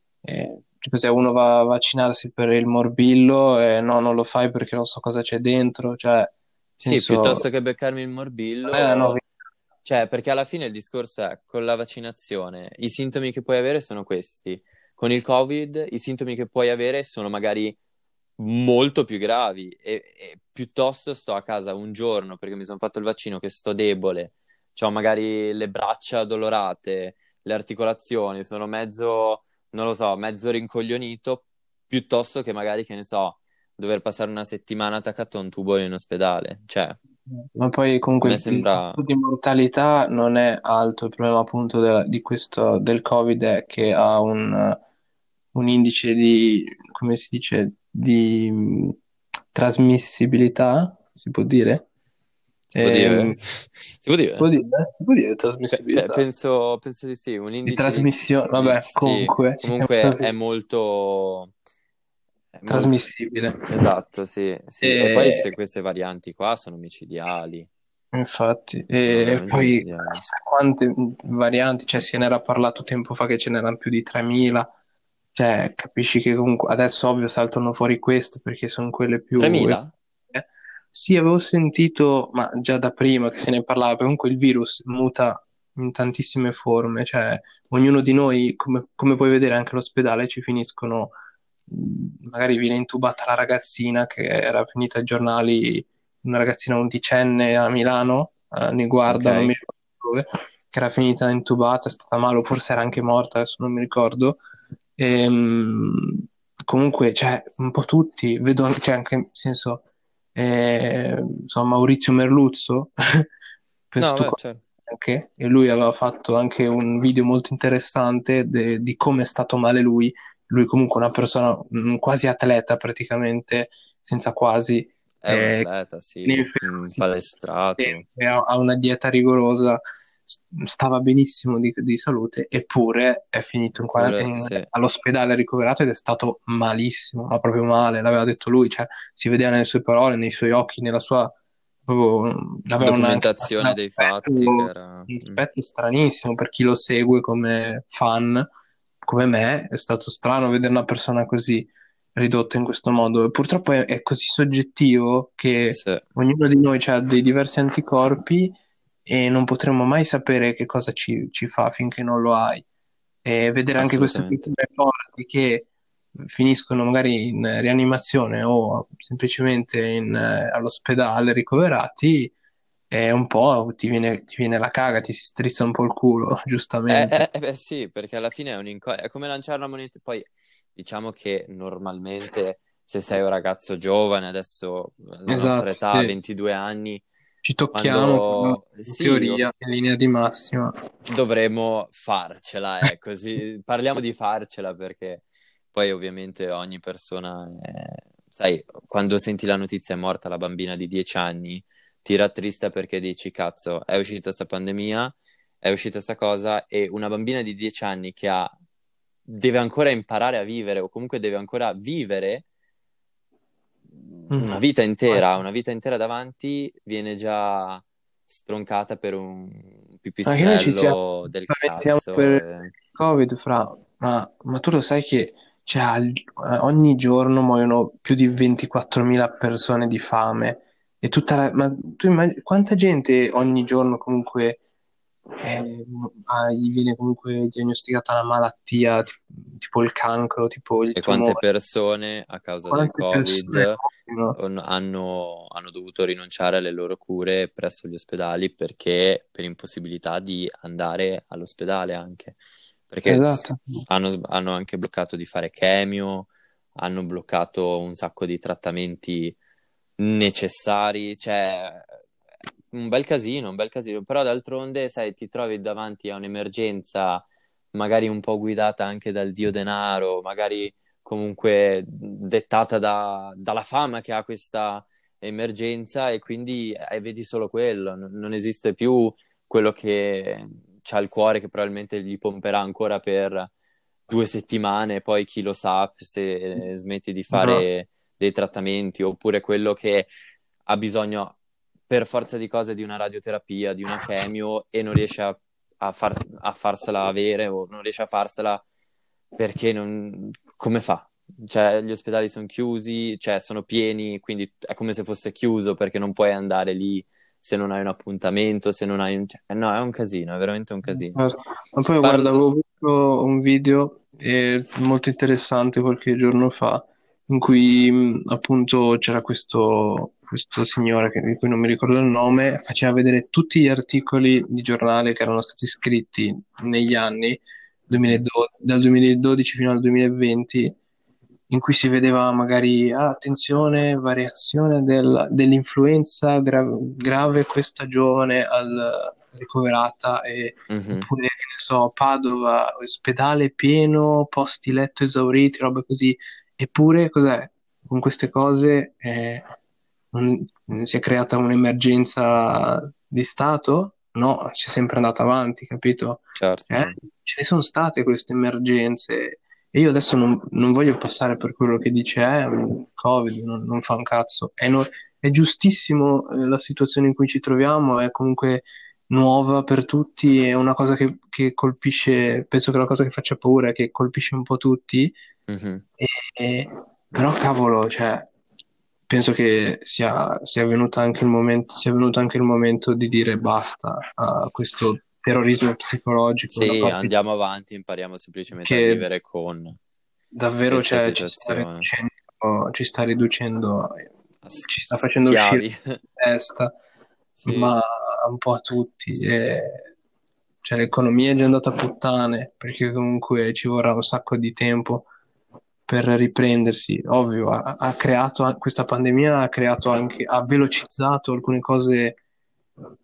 e cioè, cos'è, uno va a vaccinarsi per il morbillo e no, non lo fai perché non so cosa c'è dentro, cioè, nel Sì, senso, piuttosto che beccarmi il non è la morbillo, novità. cioè, perché alla fine il discorso è, con la vaccinazione, i sintomi che puoi avere sono questi. Con il Covid, i sintomi che puoi avere sono magari molto più gravi, e, e piuttosto sto a casa un giorno perché mi sono fatto il vaccino che sto debole, ho magari le braccia addolorate, le articolazioni, sono mezzo, non lo so, mezzo rincoglionito, piuttosto che magari, che ne so, dover passare una settimana attaccato a un tubo in ospedale. Cioè, a Ma poi comunque me il, il sembra... tasso di mortalità non è alto, il problema appunto della- di questo, del Covid è che ha un, un indice di, come si dice, di mh, trasmissibilità, si può dire? Si può Ehm, dire? Si può si può dire? dire? Si può dire Pe- pe- trasmissibilità. penso, penso di sì, un Di indice di, trasmissione, di- vabbè, sì, comunque ci siamo comunque è capiti. molto, è molto, Trasmissibile. esatto, sì, sì. E poi E, se queste varianti qua sono micidiali, infatti, sono e veramente poi micidiali. chissà quante varianti, cioè se ne era parlato tempo fa che ce n'erano più di tremila, cioè capisci che comunque adesso ovvio saltano fuori queste perché sono quelle più... tremila? eh. Sì, avevo sentito, ma già da prima che se ne parlava, perché comunque il virus muta in tantissime forme, cioè ognuno di noi, come, come puoi vedere anche all'ospedale, ci finiscono, mh, magari viene intubata la ragazzina che era finita ai giornali, una ragazzina undicenne a Milano, a Niguarda, non mi Ok. ricordo dove, che era finita intubata, è stata male, o forse era anche morta, adesso non mi ricordo. Ehm, comunque, cioè, un po' tutti, vedo, cioè, anche, nel senso, eh, insomma, Maurizio Merluzzo, penso No, tu beh, conosci, certo. anche, e lui aveva fatto anche un video molto interessante de- di come è stato male lui. Lui comunque è una persona mm, quasi atleta praticamente, senza quasi, È un eh, atleta, sì, ne- un si- palestrato. e ha ha una dieta rigorosa, s- stava benissimo di, di salute, eppure è finito in quara- Eppure, in- sì, all'ospedale ricoverato ed è stato malissimo, ma proprio male, l'aveva detto lui, cioè si vedeva nelle sue parole, nei suoi occhi, nella sua... proprio- aveva un- anche un documentazione dei aspetto, fatti che era... un mm, aspetto stranissimo per chi lo segue come fan, come me, è stato strano vedere una persona così ridotta in questo modo. E purtroppo è, è così soggettivo che sì, ognuno di noi ha dei diversi anticorpi e non potremo mai sapere che cosa ci, ci fa finché non lo hai. E vedere anche queste assolutamente. piccole morti che finiscono magari in rianimazione o semplicemente in, eh, all'ospedale ricoverati, è un po' ti viene, ti viene la caga, ti si strizza un po' il culo, Eh, giustamente. eh, eh, beh, sì, perché alla fine è un inco- è come lanciare una moneta. Poi diciamo che normalmente se sei un ragazzo giovane, adesso la nostra Esatto, età, sì. ventidue anni, Ci tocchiamo, però quando in sì, o- teoria, in linea di massima. dovremmo farcela, eh, così parliamo di farcela perché poi ovviamente ogni persona, è- sai, quando senti la notizia è morta la bambina di dieci anni, ti rattrista perché dici, cazzo, è uscita sta pandemia, è uscita sta cosa e una bambina di dieci anni che ha, deve ancora imparare a vivere o comunque deve ancora vivere Mm. una vita intera, una vita intera davanti, viene già stroncata per un Anche noi ci siamo pipistrello del spaventiamo cazzo. per e- il Covid, fra, ma, ma tu lo sai che cioè, al- eh, ogni giorno muoiono più di ventiquattromila persone di fame e tutta la, ma tu immagini quanta gente ogni giorno comunque eh, ah, gli viene comunque diagnosticata una malattia tipo, tipo il cancro, tipo il E quante tumore, persone a causa del quante persone Covid muoiono? on- hanno, hanno dovuto rinunciare alle loro cure presso gli ospedali perché per impossibilità di andare all'ospedale anche. Perché s- Esatto. hanno, hanno anche bloccato di fare chemio, hanno bloccato un sacco di trattamenti necessari, cioè un bel casino, un bel casino, però d'altronde, sai, ti trovi davanti a un'emergenza magari un po' guidata anche dal dio denaro, magari comunque dettata da- dalla fama che ha questa emergenza e quindi eh, vedi solo quello, non, non esiste più quello che c'ha il cuore che probabilmente gli pomperà ancora per due settimane, poi chi lo sa se smetti di No. fare dei trattamenti, oppure quello che ha bisogno per forza di cose di una radioterapia, di una chemio e non riesce a, a far- a farsela avere o non riesce a farsela perché non... come fa? Cioè, gli ospedali sono chiusi, cioè sono pieni, quindi è come se fosse chiuso perché non puoi andare lì se non hai un appuntamento, se non hai un... cioè, no, è un casino, è veramente un casino. Certo. Ma poi guarda, Parlo... avevo visto un video eh, molto interessante qualche giorno fa in cui mh, appunto c'era questo, questo signore che- di cui non mi ricordo il nome, faceva vedere tutti gli articoli di giornale che erano stati scritti negli anni Mhm. duemiladodici, dal duemiladodici fino al duemilaventi, in cui si vedeva magari, ah, attenzione, variazione del- dell'influenza gra- grave questa giovane al- ricoverata, e, Mhm. oppure, che ne so, Padova, ospedale pieno, posti letto esauriti, robe così. Eppure, cos'è? Con queste cose eh, non, non si è creata un'emergenza di Stato? No, c'è sempre andata avanti, capito? Eh, Certo. ce ne sono state queste emergenze e io adesso non, non voglio passare per quello che dice, eh, il Covid non, non fa un cazzo. È, no- è giustissimo, eh, la situazione in cui ci troviamo, è comunque nuova per tutti, è una cosa che, che colpisce, penso che la cosa che faccia paura è che colpisce un po' tutti, Mhm. e- e- però cavolo, cioè, penso che sia, sia venuto anche il momento, sia venuto anche il momento di dire basta a questo terrorismo psicologico da Sì, parte di andiamo avanti, impariamo semplicemente a che vivere con davvero, questa cioè, ci sta situazione. riducendo, ci sta riducendo, A ci sta s- facendo uscire schiavi. di testa, Sì, ma un po' a tutti. E, cioè, l'economia è già andata a puttane, perché comunque ci vorrà un sacco di tempo per riprendersi. Ovvio, ha, ha creato questa pandemia, ha creato anche, ha velocizzato alcune cose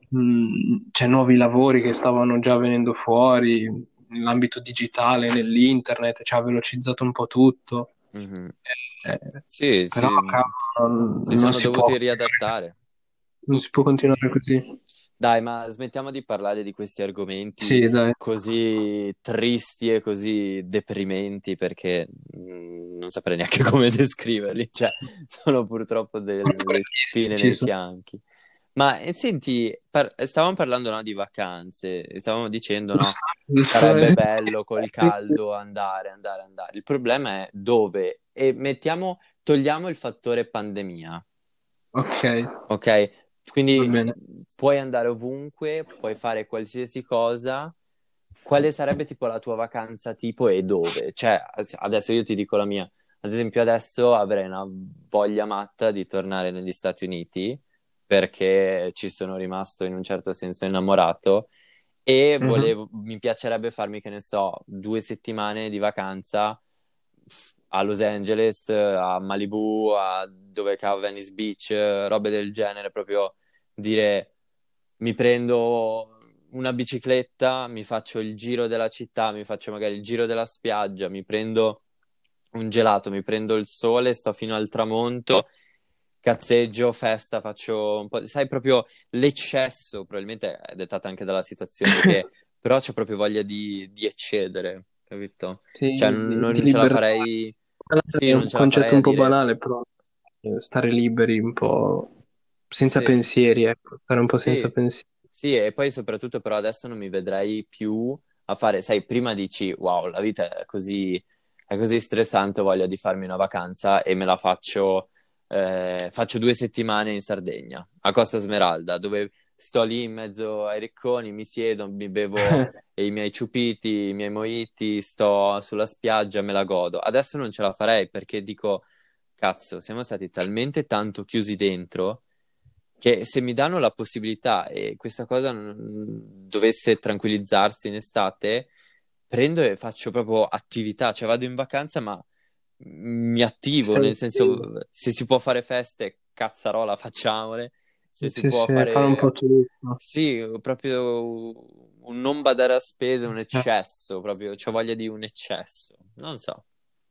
mh, c'è nuovi lavori che stavano già venendo fuori, nell'ambito digitale, nell'internet, ci ha velocizzato un po' tutto. Mhm. Eh, Sì, però sì, cavolo, non, si non sono si può, dovuti riadattare non si può tutti. continuare così. Dai, ma smettiamo di parlare di questi argomenti Sì, dai. così tristi e così deprimenti perché mm, non saprei neanche come descriverli, cioè sono purtroppo delle spine Ci nei sono. fianchi. Ma eh, senti, par- stavamo parlando, no, di vacanze, e stavamo dicendo, no, Giusto, giusto. sarebbe bello col caldo andare, andare, andare. Il problema è dove e mettiamo, togliamo il fattore pandemia. Ok, Ok? va Quindi bene. puoi andare ovunque, puoi fare qualsiasi cosa. Quale sarebbe tipo la tua vacanza tipo e dove? Cioè, adesso io ti dico la mia. Ad esempio, adesso avrei una voglia matta di tornare negli Stati Uniti perché ci sono rimasto in un certo senso innamorato e Mhm. volevo, mi piacerebbe farmi, che ne so, due settimane di vacanza a Los Angeles, a Malibu, a dove cava Venice Beach, robe del genere, proprio dire mi prendo una bicicletta, mi faccio il giro della città, mi faccio magari il giro della spiaggia, mi prendo un gelato, mi prendo il sole, sto fino al tramonto, cazzeggio, festa, faccio un po', sai, proprio l'eccesso, probabilmente è dettata anche dalla situazione che, però c'ho proprio voglia di, di eccedere, capito? Cioè, Sì, non, di, di non ce la libertà. farei, sì, È non un ce la concetto farei a un po' dire, banale, però eh, stare liberi un po' senza sì. pensieri, ecco, stare un po' senza Sì, pensieri. sì, e poi soprattutto però adesso non mi vedrei più a fare, sai, prima dici, wow, la vita è così, è così stressante, ho voglia di farmi una vacanza e me la faccio, eh, faccio due settimane in Sardegna, a Costa Smeralda, dove sto lì in mezzo ai ricconi, mi siedo, mi bevo i miei ciupiti, i miei mojiti, sto sulla spiaggia, me la godo. Adesso non ce la farei perché dico, cazzo, siamo stati talmente tanto chiusi dentro che se mi danno la possibilità e questa cosa non- dovesse tranquillizzarsi in estate, prendo e faccio proprio attività, cioè vado in vacanza ma mi attivo, Stai nel senso se si può fare feste, cazzarola, facciamole, se si sì, può sì, fare un po' fare, tutto. sì, proprio un non badare a spese, un Eh, eccesso, proprio, c'ho voglia di un eccesso, non so.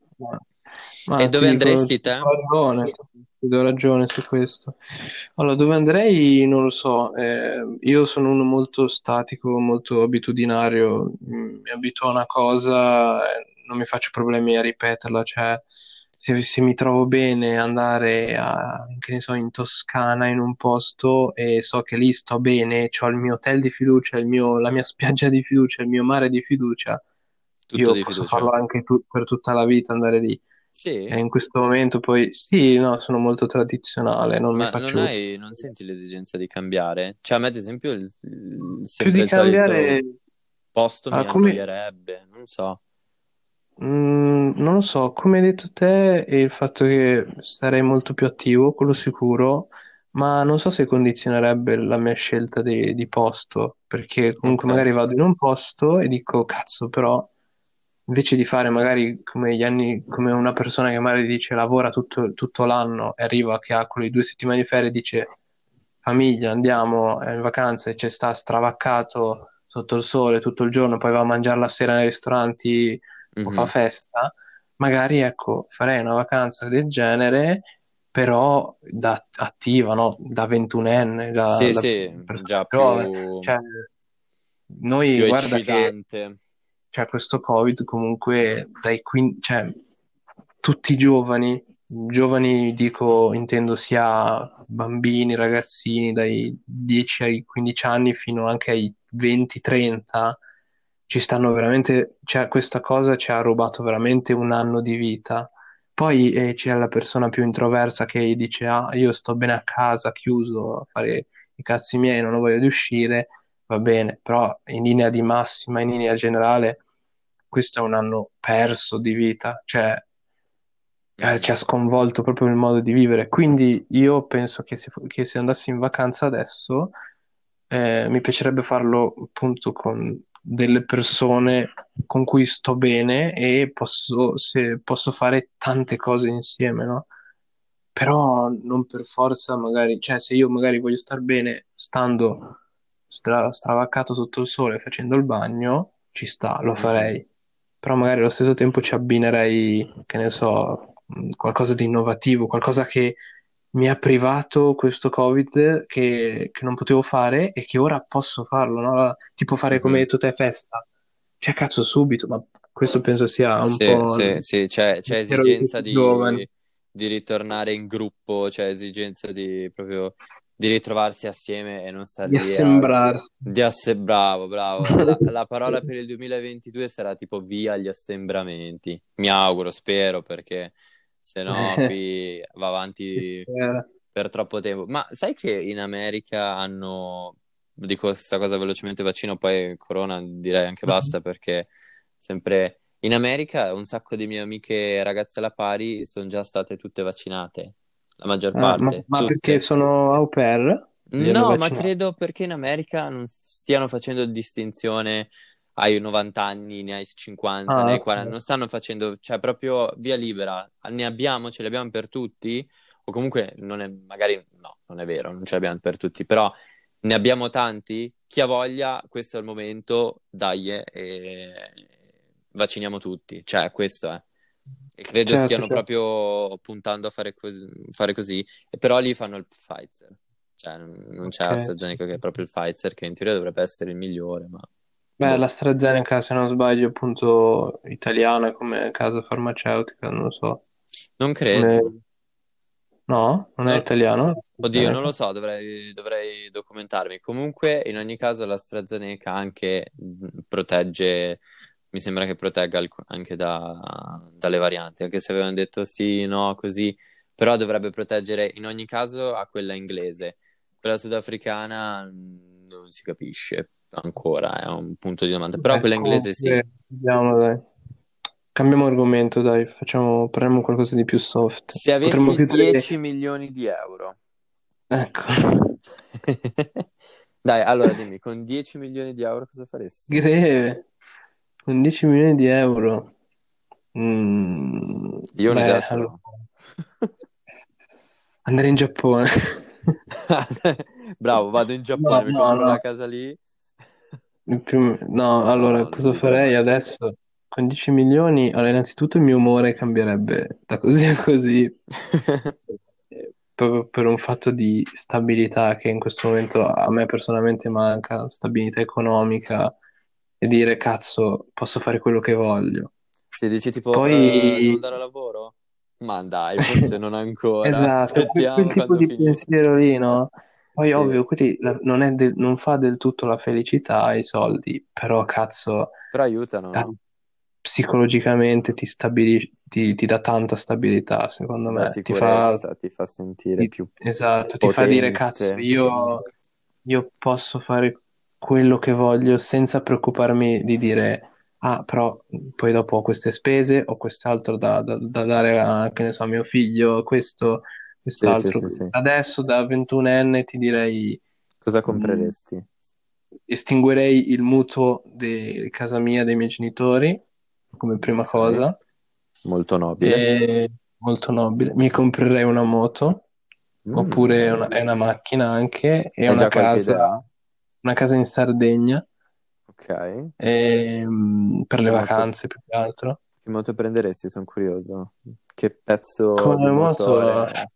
E Ma ti dove dico, andresti ti do te? ragione, ti do ragione su questo. Allora, dove andrei non lo so. Eh, io sono uno molto statico, molto abitudinario, mm, mi abituo a una cosa, e non mi faccio problemi a ripeterla, cioè se, se mi trovo bene andare a, che ne so, in Toscana, in un posto e so che lì sto bene, ho il mio hotel di fiducia, il mio- la mia spiaggia di fiducia, il mio mare di fiducia, Tutto io di posso fiducia? farlo anche tu- per tutta la vita, andare lì. E Sì? in questo momento poi sì, no, sono molto tradizionale, non mi Ma non faccio hai, non senti l'esigenza di cambiare? Cioè, a me, ad esempio, il- il- più sempre di il solito cambiare. posto mi Ah, come, annoierebbe, non so. mm, non lo so, come hai detto te, è il fatto che sarei molto più attivo, quello sicuro, ma non so se condizionerebbe la mia scelta di, di posto, perché comunque Ok. magari vado in un posto e dico, cazzo, però invece di fare magari come gli anni, come una persona che magari dice lavora tutto, tutto l'anno e arriva che ha quelle due settimane di ferie e dice famiglia, andiamo eh, in vacanza e ci sta stravaccato sotto il sole tutto il giorno, poi va a mangiare la sera nei ristoranti o fa Mhm. festa, magari ecco, farei una vacanza del genere, però da attiva, no? Da ventunenne, da, Sì, da sì, persona già giovane. più, Cioè, noi più guarda che eccitante. cioè, questo Covid comunque dai quin- cioè, tutti i giovani, giovani dico, intendo sia bambini, ragazzini dai dieci ai quindici anni fino anche ai venti trenta, ci stanno veramente, cioè, questa cosa ci ha rubato veramente un anno di vita. Poi eh, c'è la persona più introversa che dice: Ah, io sto bene a casa, chiuso, a fare i cazzi miei, non ho voglia di uscire. Va bene, però in linea di massima, in linea generale, questo è un anno perso di vita, cioè eh, ci ha Mhm. sconvolto proprio il modo di vivere. Quindi io penso che se, che se andassi in vacanza adesso, eh, mi piacerebbe farlo appunto con delle persone con cui sto bene e posso, se, posso fare tante cose insieme, no? Però non per forza magari, cioè se io magari voglio star bene stando stra- stravaccato sotto il sole facendo il bagno, ci sta, lo Mhm. farei. Però magari allo stesso tempo ci abbinerei, che ne so, mh, qualcosa di innovativo, qualcosa che mi ha privato questo Covid che, che non potevo fare e che ora posso farlo, no? Tipo fare come hai Mhm. detto te festa. Cioè, cazzo, subito, ma questo penso sia un Sì, po' sì, il sì, c'è, c'è pensiero di tutti esigenza i giovani, di, di ritornare in gruppo, c'è esigenza di proprio di ritrovarsi assieme e non star di lì a... assembrarsi. Di asse... Bravo, bravo. La, la parola per il duemilaventidue sarà tipo via gli assembramenti. Mi auguro, spero, perché se no qui va Si avanti spera. per troppo tempo. Ma sai che in America hanno... Dico questa cosa velocemente, vaccino, poi corona direi anche basta perché sempre... In America un sacco di mie amiche ragazze alla pari sono già state tutte vaccinate, la maggior Ah, ma, parte, ma perché tutte. sono au pair? Li hanno No, ma vaccinati? credo perché in America non stiano facendo distinzione ai novanta anni, né ai cinquanta, né Ah, ai ok. quaranta, non stanno facendo, cioè proprio via libera, ne abbiamo, ce li abbiamo per tutti, o comunque non è, magari no, non è vero, non ce li abbiamo per tutti, però ne abbiamo tanti, chi ha voglia, questo è il momento, dai, eh, e vacciniamo tutti, cioè questo è. E credo Certo, stiano certo. proprio puntando a fare così, fare così. E però lì fanno il Pfizer. Cioè, non non c'è Ok, sì. AstraZeneca che è proprio il Pfizer, che in teoria dovrebbe essere il migliore, ma Beh, boh, l'AstraZeneca, se non sbaglio, appunto, italiana come casa farmaceutica, non lo so. non Come... credo. No? Non è No- italiano? Oddio, non lo AstraZeneca? so, dovrei, dovrei documentarmi. Comunque, in ogni caso, l'AstraZeneca anche mh, protegge, mi sembra che protegga alc- anche da- dalle varianti, anche se avevano detto sì, no, così, però dovrebbe proteggere in ogni caso a quella inglese. Quella sudafricana mh, non si capisce ancora, è un punto di domanda, però Beh, quella inglese sì. comunque, vediamo, dai. Cambiamo argomento, dai. Facciamo, parliamo qualcosa di più soft. Se Potremmo avessi chiudere... dieci milioni di euro. Ecco. Dai, allora dimmi, con dieci milioni di euro cosa faresti? Greve. Con dieci milioni di euro. Mm, Io un'idea beh, ce allora, l'ho. andare in Giappone. Bravo, vado in No, Giappone, mi no, compro no. una casa lì. Il più- No, allora, No, non cosa mi farei permettere. adesso? Con dieci milioni, allora, innanzitutto il mio umore cambierebbe da così a così, eh, proprio per un fatto di stabilità che in questo momento a me personalmente manca, stabilità economica e dire, cazzo, posso fare quello che voglio. Se dici tipo, "Eh, devo Poi, andare a lavoro? Ma dai, forse non ancora, esatto, quel, quel aspettiamo tipo quando di finisce. pensiero lì, no? Poi, Sì, ovvio, quelli la- non è del- non fa del tutto la felicità, i soldi, però, cazzo. però aiutano, Ah, no? psicologicamente ti, stabili- ti, ti dà tanta stabilità, secondo Ti dà me. Ti fa, sicurezza, ti fa sentire ti- più esatto, ti fa dire, cazzo, potente. io, io posso fare quello che voglio senza preoccuparmi di dire, ah, però poi dopo ho queste spese, ho quest'altro da, da- da dare a, che ne so, a mio figlio, questo, Sì, sì, quest'altro. sì, sì. Adesso da ventunenne ti direi... Cosa mh, compreresti? estinguerei il mutuo di casa mia dei miei genitori come prima Ok, cosa, molto nobile. e molto nobile. Mi comprerei una moto, oppure Mm. una, è una macchina anche, e Hai una già qualche casa, idea? una casa in Sardegna, Ok. ehm, per le Che moto, vacanze più che altro. che moto prenderesti? Sono curioso. Che pezzo di Come moto, motore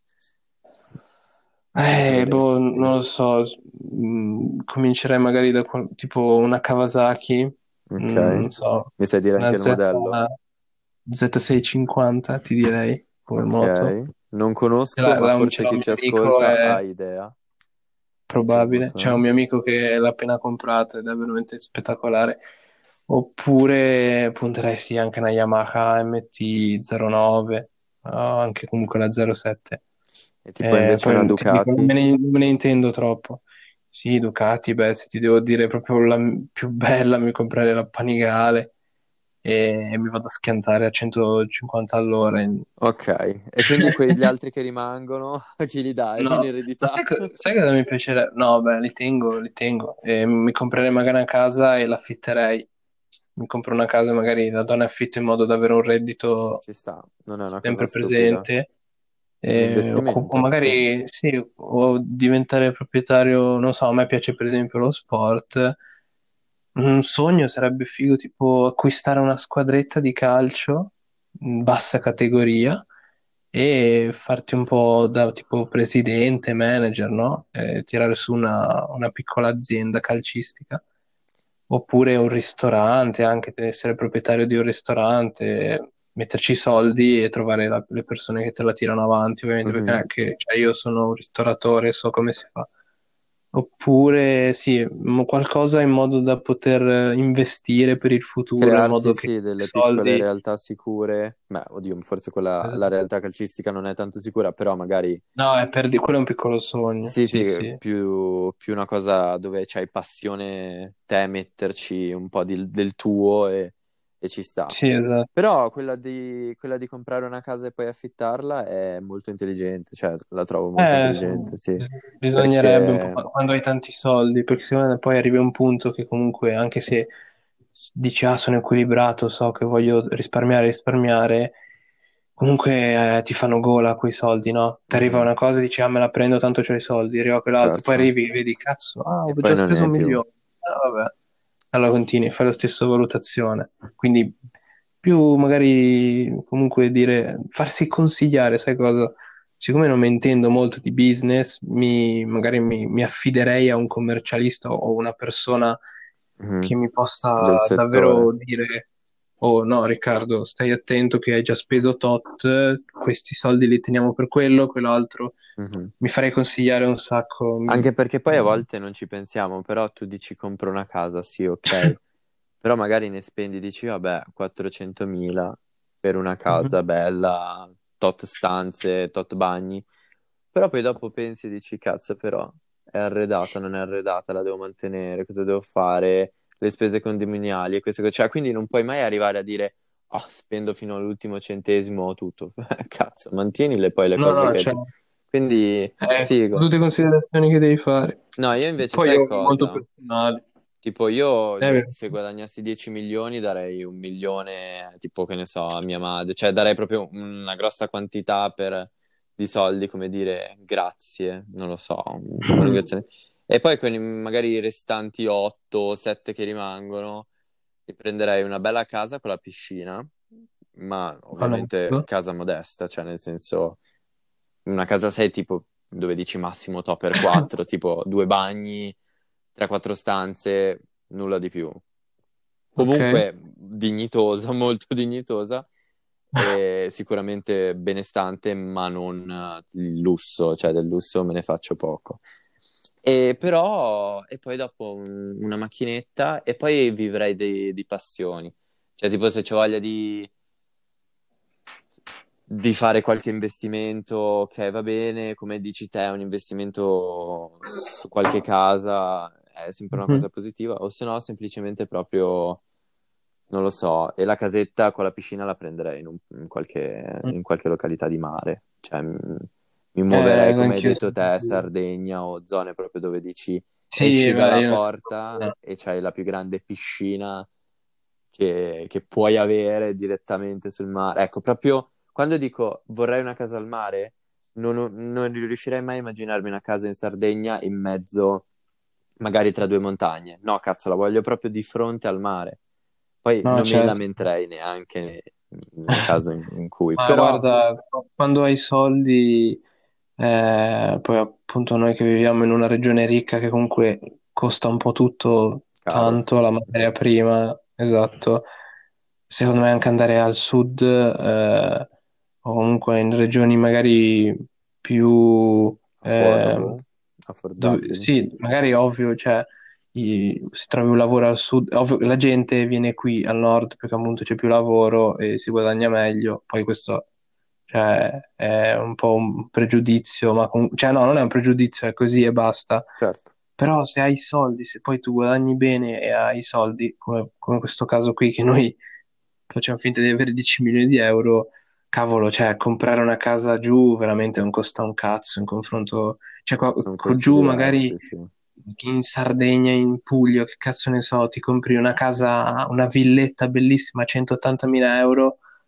eh, boh, non compreresti? lo so, s- mm, comincerei magari da qual- tipo una Kawasaki, Ok. mm, non so, Mi sai dire anche una il Z, modello? Z seicentocinquanta, ti direi, come moto. Ok. Non conosco, La- ma la- ce forse l'ha un chi mio ci amico, ascolta è ha idea di che probabile. moto C'è è. un mio amico che l'ha appena comprata ed è veramente spettacolare. Oppure punterei sì anche una Yamaha M T zero nove, ah, anche comunque la zero sette. E tipo Eh, invece una poi ti dico, non Ducati? me ne, non me ne intendo troppo. Sì, Ducati, beh, se ti devo dire proprio la m- più bella, mi comprerei la Panigale e, e mi vado a schiantare a centocinquanta all'ora. in- Ok. E quindi quegli altri che rimangono, a chi li dai in No, ma eredità? sai, co- sai cosa mi piacerebbe? No, beh, li tengo, li tengo. E mi comprerei magari una casa e l'affitterei. Mi compro una casa e magari la do in affitto in modo da avere un reddito Ci sta, non è una cosa sempre stupida. presente. un Eh, o, co- o investimento, sì. magari sì, o diventare proprietario, non so, a me piace per esempio lo sport. Un sogno sarebbe figo, tipo acquistare una squadretta di calcio in bassa categoria e farti un po' da tipo presidente, manager, no? E tirare su una, una piccola azienda calcistica. Oppure un ristorante, anche te essere proprietario di un ristorante, metterci i soldi e trovare la- le persone che te la tirano avanti, ovviamente, perché Mhm. anche, cioè, io sono un ristoratore, so come si fa. Oppure sì, mo- qualcosa in modo da poter eh, investire per il futuro, in Crearti modo che sì i delle piccole soldi... realtà sicure. Beh, oddio, forse quella, la Esatto. realtà calcistica non è tanto sicura, però magari No, è per di- quello è un piccolo sogno, sì, sì, sì, sì. più, più una cosa dove c'hai passione te metterci un po' di- del tuo e, e ci sta. Sì, esatto. Però quella di, quella di comprare una casa e poi affittarla è molto intelligente, cioè la trovo molto Eh, intelligente, sì, bis- bisognerebbe un po' perché qua- quando hai tanti soldi, perché secondo me poi arrivi a un punto che comunque, anche se s- dici, ah, sono equilibrato, so che voglio risparmiare, risparmiare, comunque eh, ti fanno gola quei soldi, no? Ti arriva mhm, una cosa e dici, ah, me la prendo, tanto c'ho i soldi, arriva quell'altro, poi certo, arrivi e vedi, cazzo, ah, e ho poi già non speso è un più. milione. Ah, vabbè. Allora continui, fai la stessa valutazione. Quindi più magari comunque dire, farsi consigliare, sai cosa? Siccome non mi intendo molto di business, mi, magari mi, mi affiderei a un commercialista o una persona Mhm, che mi possa del settore. davvero dire: oh no, Riccardo, stai attento che hai già speso tot, questi soldi li teniamo per quello, quell'altro. Mhm. Mi farei consigliare un sacco. Mi- Anche perché poi a eh, volte non ci pensiamo, però tu dici compro una casa, sì, ok, però magari ne spendi, dici vabbè, quattrocentomila per una mhm. casa bella, tot stanze, tot bagni, però poi dopo pensi e dici cazzo però è arredata, non è arredata, la devo mantenere, cosa devo fare, le spese condominiali e queste cose, cioè quindi non puoi mai arrivare a dire oh, spendo fino all'ultimo centesimo o tutto, cazzo, mantienile poi le No, cose no, che hai. cioè, Quindi ecco, figo. tutte considerazioni che devi fare. No, io invece Poi sai è molto cosa? personale. Tipo, io Eh, beh. se guadagnassi dieci milioni darei un milione, tipo, che ne so, a mia madre. Cioè, darei proprio una grossa quantità per- di soldi, come dire, grazie, non lo so, un, un ringraziamento. E poi con i, magari i restanti otto o sette che rimangono, mi prenderei una bella casa con la piscina, ma ovviamente Onesto. casa modesta, cioè nel senso, una casa sei tipo dove dici massimo top per quattro, tipo due bagni, tre quattro stanze, nulla di più. Ok. Comunque dignitosa, molto dignitosa e sicuramente benestante, ma non eh, il lusso, cioè del lusso me ne faccio poco. E però, e poi dopo un- una macchinetta e poi vivrei di, di passioni. Cioè, tipo, se c'ho voglia di, di fare qualche investimento, ok, va bene, come dici te, un investimento su qualche casa è sempre una Mhm. cosa positiva, o se no, semplicemente proprio, non lo so, e la casetta con la piscina la prenderei in, un- in qualche, in qualche località di mare. Cioè, m- mi muoverei, Eh, come hai anch'io detto sono te, così. Sardegna o zone proprio dove dici Sì, esci beh, dalla io porta no. e c'hai la più grande piscina che, che puoi avere direttamente sul mare. Ecco, proprio quando dico vorrei una casa al mare, non, non riuscirei mai a immaginarmi una casa in Sardegna in mezzo, magari tra due montagne. No, cazzo, la voglio proprio di fronte al mare. Poi No, non mi certo. lamenterei neanche nel caso in, in cui, Ma però guarda, quando hai soldi, eh, poi appunto noi che viviamo in una regione ricca che comunque costa un po' tutto caro. tanto, la materia prima, esatto. Secondo me anche andare al sud, eh, o comunque in regioni magari più, eh, Affordable, dove- affordabili. sì, magari ovvio, cioè i- se trovi un lavoro al sud, ovvio, la gente viene qui al nord perché appunto c'è più lavoro e si guadagna meglio, poi questo cioè, è un po' un pregiudizio, ma com- cioè no, non è un pregiudizio, è così e basta. Certo, Però se hai i soldi, se poi tu guadagni bene e hai i soldi, come, come questo caso qui che noi facciamo finta di avere dieci milioni di euro, cavolo, cioè comprare una casa giù veramente non costa un cazzo in confronto, cioè qua, sono qua costi giù magari diversi, sì. in Sardegna, in Puglia, che cazzo ne so, ti compri una casa, una villetta bellissima a centottantamila euro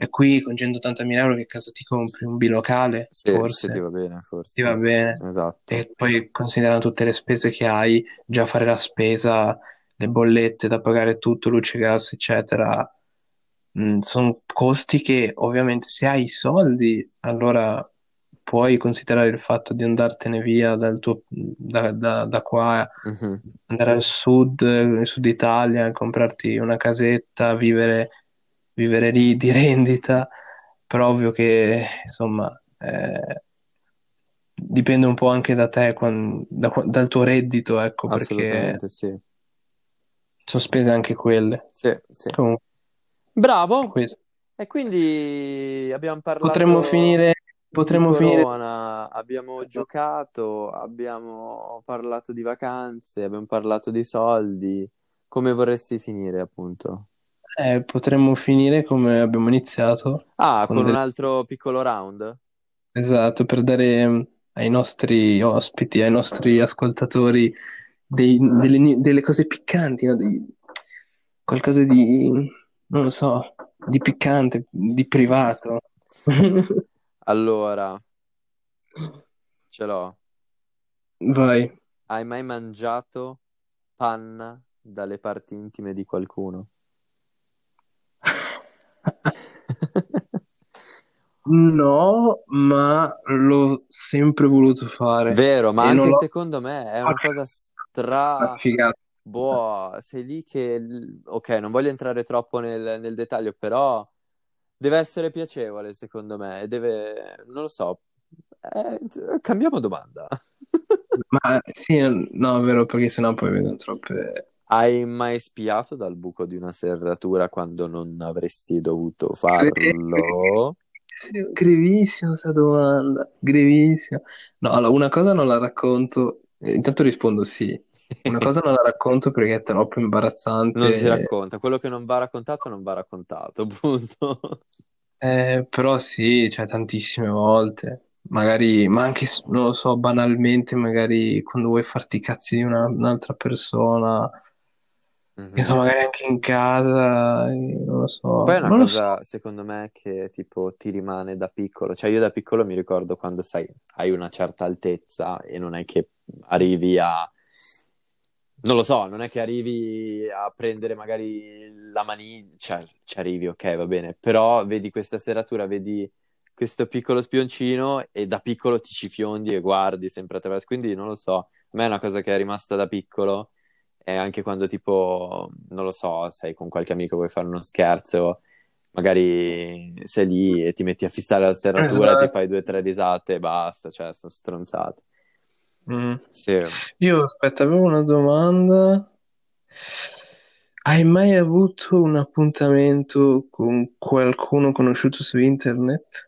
E qui con centottantamila euro che caso ti compri? Un bilocale? Se, se ti Forse? va bene, Ti va forse. bene. Esatto. E poi considerando tutte le spese che hai, già fare la spesa, le bollette da pagare tutto, luce, gas, eccetera, sono costi che ovviamente se hai i soldi, allora puoi considerare il fatto di andartene via dal tuo, da, da- da qua, Mhm. andare al sud, in Sud Italia, comprarti una casetta, vivere, vivere lì di rendita, però ovvio che insomma eh, dipende un po' anche da te, quan- da qua- dal tuo reddito, ecco, perché Assolutamente sì. sono spese anche quelle. Sì, sì. Comunque, Bravo! questo. E quindi abbiamo Potremmo parlato finire, di potremmo finire. Corona, abbiamo giocato, abbiamo parlato di vacanze, abbiamo parlato di soldi. Come vorresti finire, appunto? Eh, potremmo finire come abbiamo iniziato, Ah, con con un delle- altro piccolo round? esatto, per dare mm, ai nostri ospiti, ai nostri ascoltatori dei- delle, delle cose piccanti, no? Dei- qualcosa di, non lo so, di piccante, di privato. Allora, ce l'ho. Vai. Hai mai mangiato panna dalle parti intime di qualcuno? No, ma l'ho sempre voluto fare Vero, ma e non anche l'ho secondo me è una cosa fatto. Una stra... figata. Boh, sei lì che... Ok, non voglio entrare troppo nel, nel dettaglio, però deve essere piacevole, secondo me, e deve... Non lo so. Eh, cambiamo domanda. Ma sì, no, è vero, perché sennò poi vengono troppe. Hai mai spiato dal buco di una serratura quando non avresti dovuto Gre- farlo? Grevissima, grevissima sta domanda, grevissima. No, allora, una cosa non la racconto, eh, intanto rispondo sì. Una cosa non la racconto perché è troppo Non si imbarazzante, racconta. Quello che non va raccontato non va raccontato, punto. eh, però sì, cioè tantissime volte. Magari, ma anche, non lo so, banalmente, magari quando vuoi farti i cazzi di una- un'altra persona, che so, Mhm. magari anche in casa, eh, non lo Poi so, è una non lo so. cosa, secondo me, che tipo ti rimane da piccolo. Cioè, io da piccolo mi ricordo quando, sai, hai una certa altezza e non è che arrivi a... Non lo so, non è che arrivi a prendere magari la maniglia, cioè ci arrivi, ok, va bene, però vedi questa serratura, vedi questo piccolo spioncino e da piccolo ti ci fiondi e guardi sempre attraverso. Quindi non lo so, a me è una cosa che è rimasta da piccolo e anche quando tipo, non lo so, sei con qualche amico, vuoi fare uno scherzo, magari sei lì e ti metti a fissare la serratura, ti Esatto. fai due o tre risate e basta, cioè sono stronzate. Mm. Sì. Io aspetta, avevo una domanda. Hai mai avuto un appuntamento con qualcuno conosciuto su internet?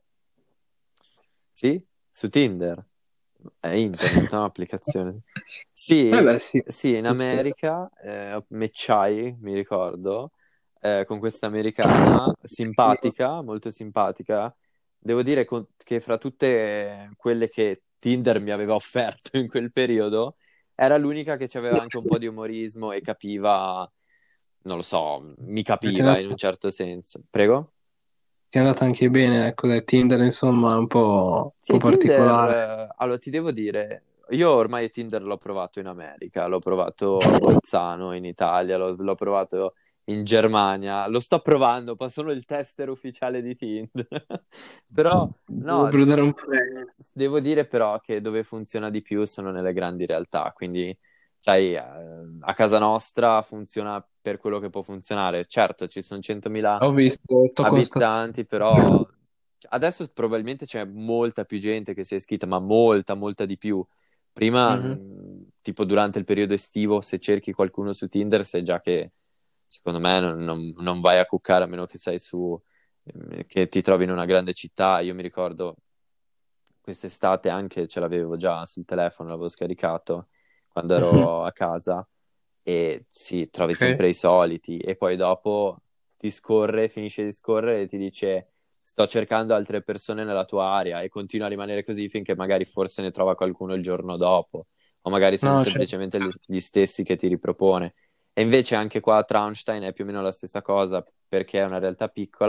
Sì? Su Tinder? È Sì. internet, è un'applicazione. Eh Sì, beh, sì. sì, in Sì, sì. America, eh, matchai, mi ricordo, eh, con questa americana, simpatica, molto simpatica. Devo dire con- che fra tutte quelle che Tinder mi aveva offerto in quel periodo, era l'unica che aveva anche un po' di umorismo e capiva, non lo so, mi Ma Ti è capiva in un andata, certo senso. Prego? ti è andata anche bene, ecco, dai, Tinder insomma è un po', un po' Sì, Tinder, particolare. eh, allora ti devo dire, io ormai Tinder l'ho provato in America, l'ho provato a Bolzano in Italia, l'ho l'ho provato in Germania, lo sto provando, ma sono il tester ufficiale di Tinder. Però, Devo no, brodare devo, un po'. devo dire però che dove funziona di più sono nelle grandi realtà, quindi, sai, eh, a casa nostra funziona per quello che può funzionare. Certo, ci sono centomila Ho visto, t'ho constatato. abitanti, però adesso probabilmente c'è molta più gente che si è iscritta, ma molta, molta di più. Prima, Mhm. mh, tipo durante il periodo estivo, se cerchi qualcuno su Tinder, sai già che secondo me non, non- non vai a cuccare a meno che sei su, eh, che ti trovi in una grande città. Io mi ricordo quest'estate anche ce l'avevo già sul telefono, l'avevo scaricato quando Mhm. ero a casa e sì, trovi Ok. sempre i soliti e poi dopo ti scorre, finisce di scorrere e ti dice sto cercando altre persone nella tua area e continua a rimanere così finché magari forse ne trova qualcuno il giorno dopo o magari sono No, cioè, semplicemente gli gli stessi che ti ripropone. E invece anche qua a Traunstein è più o meno la stessa cosa perché è una realtà piccola,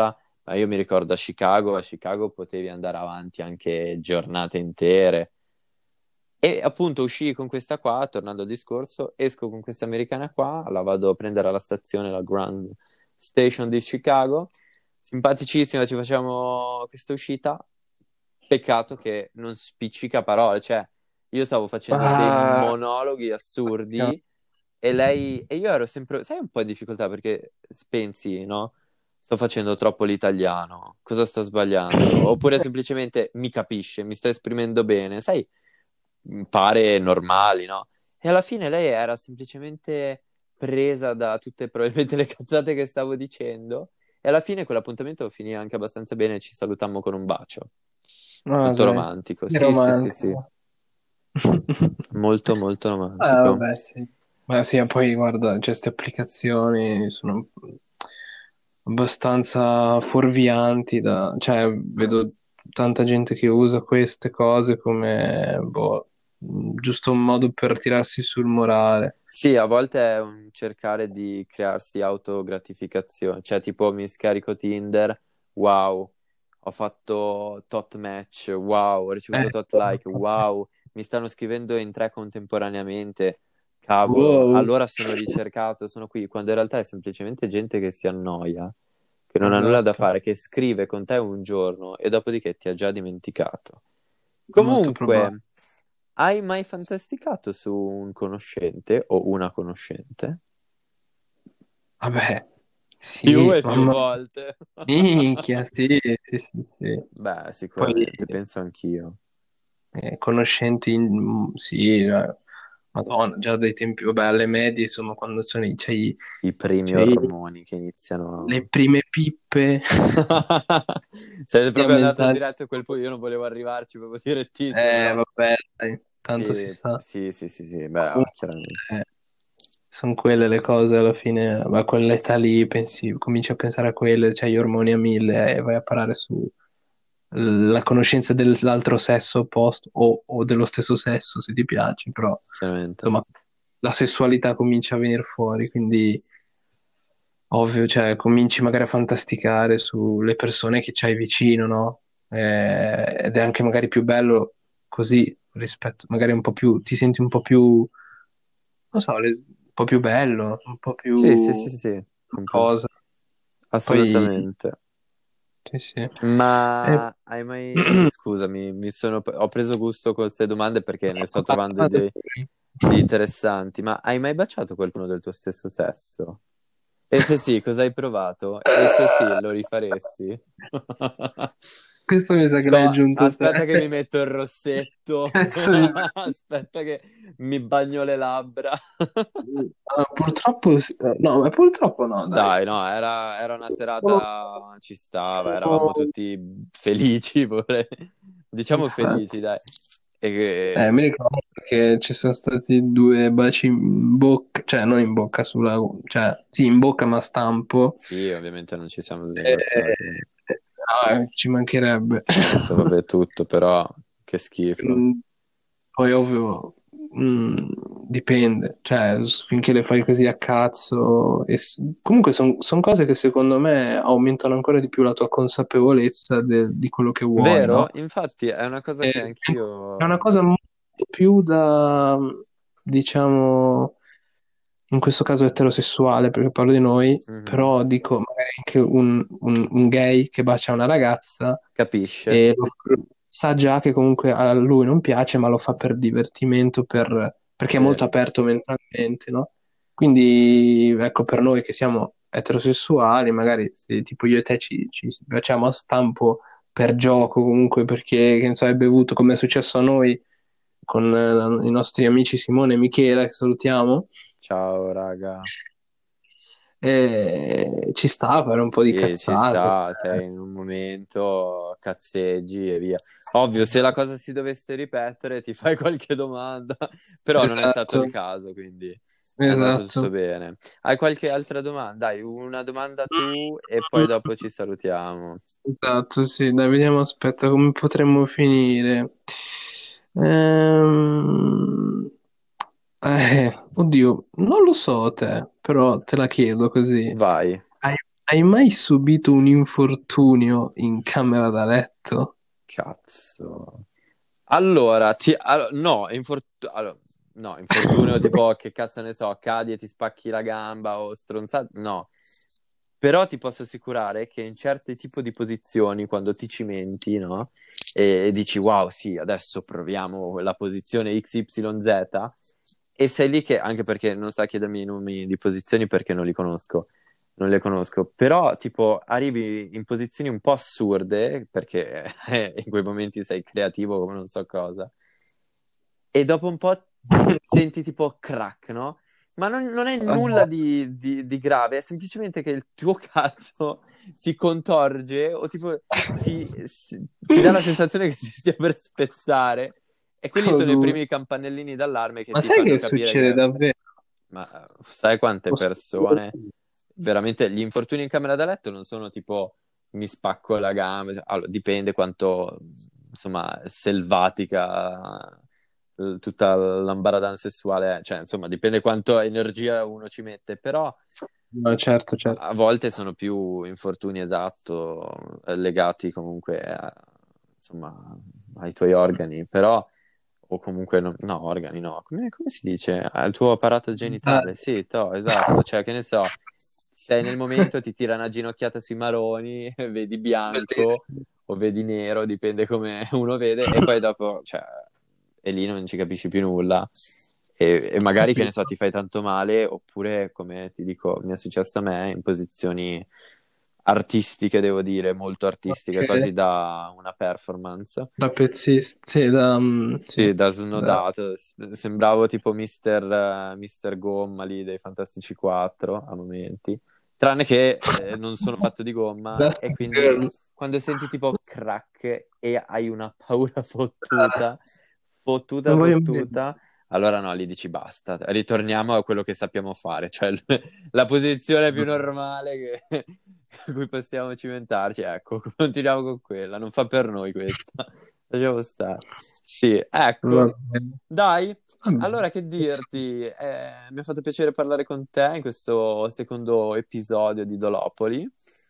Ma io mi ricordo a Chicago, a Chicago potevi andare avanti anche giornate intere. E appunto uscii con questa qua, tornando al discorso, esco con questa americana qua, la vado a prendere alla stazione, la Grand Station di Chicago. Simpaticissima, ci facciamo questa uscita. Peccato che non spiccica parole, cioè io stavo facendo dei Ah, monologhi assurdi e lei e io ero sempre, sai, un po' in difficoltà perché pensi, no? Sto facendo troppo l'italiano, cosa sto sbagliando? Oppure semplicemente mi capisce, mi sta esprimendo bene, sai, pare normali, no? E alla fine lei era semplicemente presa da tutte probabilmente le cazzate che stavo dicendo e alla fine quell'appuntamento finì anche abbastanza bene, ci salutammo con un bacio. ah, Molto dai, romantico, che sì, sì, sì, sì, romantico. molto, molto Ah, romantico. vabbè, sì. Ma sì, e poi guarda, cioè, queste applicazioni sono abbastanza fuorvianti da... cioè, vedo tanta gente che usa queste cose come, boh, giusto un modo per tirarsi sul morale. Sì, a volte è un cercare di crearsi autogratificazione, cioè tipo mi scarico Tinder, wow, ho fatto tot match, wow, ho ricevuto tot Ecco. like, wow, mi stanno scrivendo in tre contemporaneamente, cavolo, Wow, allora sono ricercato, sono qui, quando in realtà è semplicemente gente che si annoia, che non ha nulla da esatto, fare, che scrive con te un giorno e dopodiché ti ha già dimenticato. molto probabile. Comunque, hai mai fantasticato su un conoscente o una conoscente? Vabbè, Più sì, e più mamma volte. minchia, sì, sì, sì, sì. Beh, Poi sicuramente, penso anch'io. eh, conoscenti, in- sì, eh, Madonna, già dai tempi, vabbè, alle medie, insomma, quando sono i, c'hai, i- I primi c'hai ormoni che le iniziano. prime pippe Siete di proprio andato aumentare. diretto a quel punto. Io non volevo arrivarci proprio direttissimo, Eh, però. vabbè, dai, tanto si Sì, sa. sì, sì, sì, sì. Beh, ah, Comunque, chiaramente. sono quelle le cose alla fine, ma a quell'età lì pensi, cominci a pensare a quelle, c'hai gli ormoni a mille e vai a parare su la conoscenza dell'altro sesso opposto o, o dello stesso sesso se ti piace, però Chiaramente. insomma la sessualità comincia a venire fuori, quindi ovvio, cioè cominci magari a fantasticare sulle persone che c'hai vicino, no? Eh, ed è anche magari più bello così rispetto, magari un po' più, ti senti un po' più, non so, le- un po' più bello, un po' Sì, sì, sì, più sì, sì. Compl- cosa. Poi, Assolutamente. sì, sì. E- Ma hai mai, scusami, mi sono... ho preso gusto con queste domande perché ne sto trovando di, di interessanti, ma hai mai baciato qualcuno del tuo stesso sesso? E se sì, cosa hai provato? E se sì, lo rifaresti? Questo mi sa che l'hai Sto... aggiunto te. Aspetta che mi metto il rossetto, Cazzo di... aspetta che mi bagno le labbra. Ah, purtroppo, sì. No, ma purtroppo no, dai. Dai, no, era, era una Sono- serata, ci stava, eravamo sono- tutti felici, vorrei... diciamo Infatti. felici, dai. E che- Eh, mi ricordo che ci sono stati due baci in bocca, cioè non in bocca, sulla, cioè sì, in bocca ma a stampo. Sì, ovviamente non ci siamo slinguazzati. Eh, no, ci mancherebbe. Adesso vabbè tutto, però che schifo. Mm, Poi ovvio, mm, dipende, cioè s- finché le fai così a cazzo. E s- comunque sono cose che secondo me aumentano ancora di più la tua consapevolezza de- di quello che vuoi, Vero? no? Infatti è una cosa E- che È una anch'io... cosa molto più da, diciamo, in questo caso eterosessuale, perché parlo di noi, Mhm. però dico magari anche un, un- un gay che bacia una ragazza Capisce? e lo fa- sa già che comunque a lui non piace, ma lo fa per divertimento, per- perché è Sì, molto aperto mentalmente, no? Quindi, ecco, per noi che siamo eterosessuali, magari se tipo io e te ci, ci baciamo a stampo per gioco, comunque perché, che ne so, hai bevuto, come è successo a noi con eh, i nostri amici Simone e Michela, che salutiamo, ciao raga. e ci sta a fare un po' di Sì, ci cazzate. sta, Cioè, sei in un momento, cazzeggi e via. Ovvio, se la cosa si dovesse ripetere, ti fai qualche domanda, però non è stato esatto, il caso, quindi è andato tutto esatto. bene. Hai qualche altra domanda? Dai, una domanda tu e poi Mm, dopo ci salutiamo. esatto, sì, dai, vediamo, aspetta, come potremmo finire. Ehm, eh, oddio, non lo so te, però te la chiedo così. Vai. Hai Hai mai subito un infortunio in camera da letto? Cazzo. Allora, ti, allo- no, infortu- allora, no, infortunio tipo che cazzo ne so, cadi e ti spacchi la gamba o stronzate, no. Però ti posso assicurare che in certi tipi di posizioni, quando ti cimenti, no? E, e dici, wow, sì, adesso proviamo la posizione X Y Z, e sei lì che, anche perché non sta a chiedermi i nomi di posizioni perché non li conosco, non le conosco, però tipo arrivi in posizioni un po' assurde, perché eh, in quei momenti sei creativo come non so cosa, e dopo un po' senti tipo crack, no? Ma non, non è nulla Ah, di, di- di grave, è semplicemente che il tuo cazzo si contorge o tipo si, si- ti dà la sensazione che si stia per spezzare, e quelli sono i oddio. primi campanellini d'allarme che Ma ti sai fanno che capire succede che... davvero? Ma eh, sai quante persone... Veramente, gli infortuni in camera da letto non sono tipo mi spacco la gamba, cioè, allora, dipende quanto, insomma, selvatica eh, tutta l'ambaradan sessuale è, cioè, insomma, dipende quanto energia uno ci mette, però No, certo, a, a certo. volte sono più infortuni esatto, eh, legati comunque a- insomma, ai tuoi organi, però, o comunque, no, no, organi no, come, come si dice? Al tuo apparato Ah. genitale, sì, to, esatto, cioè, che ne so, sei nel momento, ti tira una ginocchiata sui maroni, vedi bianco Bellissimo. o vedi nero, dipende come uno vede, e poi dopo, cioè, e lì non ci capisci più nulla. E, e magari, che ne so, Capito. ti fai tanto male, oppure, come ti dico, mi è successo a me, in posizioni artistiche, devo dire, molto artistiche, Ok. quasi da una performance. Da pezzista, sì, da, mm, sì, Sì, da da, snodato. S- Sembravo tipo mister, eh, mister Gomma lì dei Fantastici quattro a momenti. Tranne che eh, non sono fatto di gomma, That's e the quindi girl. quando senti tipo crack e hai una paura Ah, fottuta, fottuta, non voglio immaginare. fottuta, allora no, lì dici basta, ritorniamo a quello che sappiamo fare, cioè l- la posizione più normale che- a cui possiamo cimentarci. Ecco, continuiamo con quella, non fa per noi questa. Lasciamo stare. Sì, Va ecco. bene. Dai, Va bene. allora che dirti? Eh, mi ha fatto piacere parlare con te in questo secondo episodio di Dolopoli.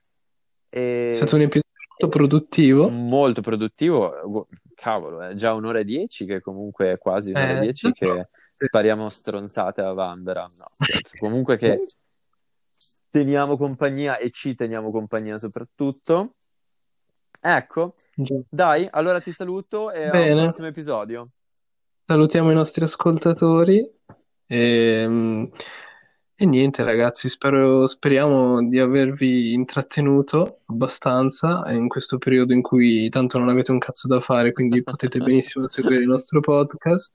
È stato E un episodio molto produttivo. molto produttivo. Gu- Cavolo, è già un'ora e dieci, che comunque è quasi un'ora e Eh, dieci che spariamo stronzate a Vanvera. No, scherzo. Comunque che teniamo compagnia, e ci teniamo compagnia soprattutto. Ecco, Già. dai, allora ti saluto e a un Bene, prossimo episodio. salutiamo i nostri ascoltatori e, mm, e niente ragazzi, spero, speriamo di avervi intrattenuto abbastanza in questo periodo in cui tanto non avete un cazzo da fare, quindi potete benissimo seguire il nostro podcast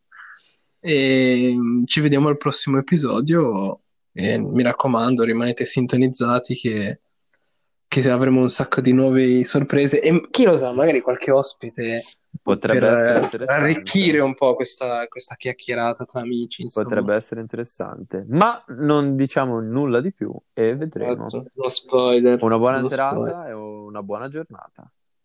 e mm, ci vediamo al prossimo episodio e mi raccomando, rimanete sintonizzati che, che avremo un sacco di nuove sorprese e chi lo sa, magari qualche ospite per, Potrebbe essere eh, per arricchire interessante. un po' questa, questa chiacchierata tra amici, insomma. Potrebbe essere interessante. Ma non diciamo nulla di più e vedremo. Esatto, no spoiler, Una buona no spoiler. serata e una buona giornata.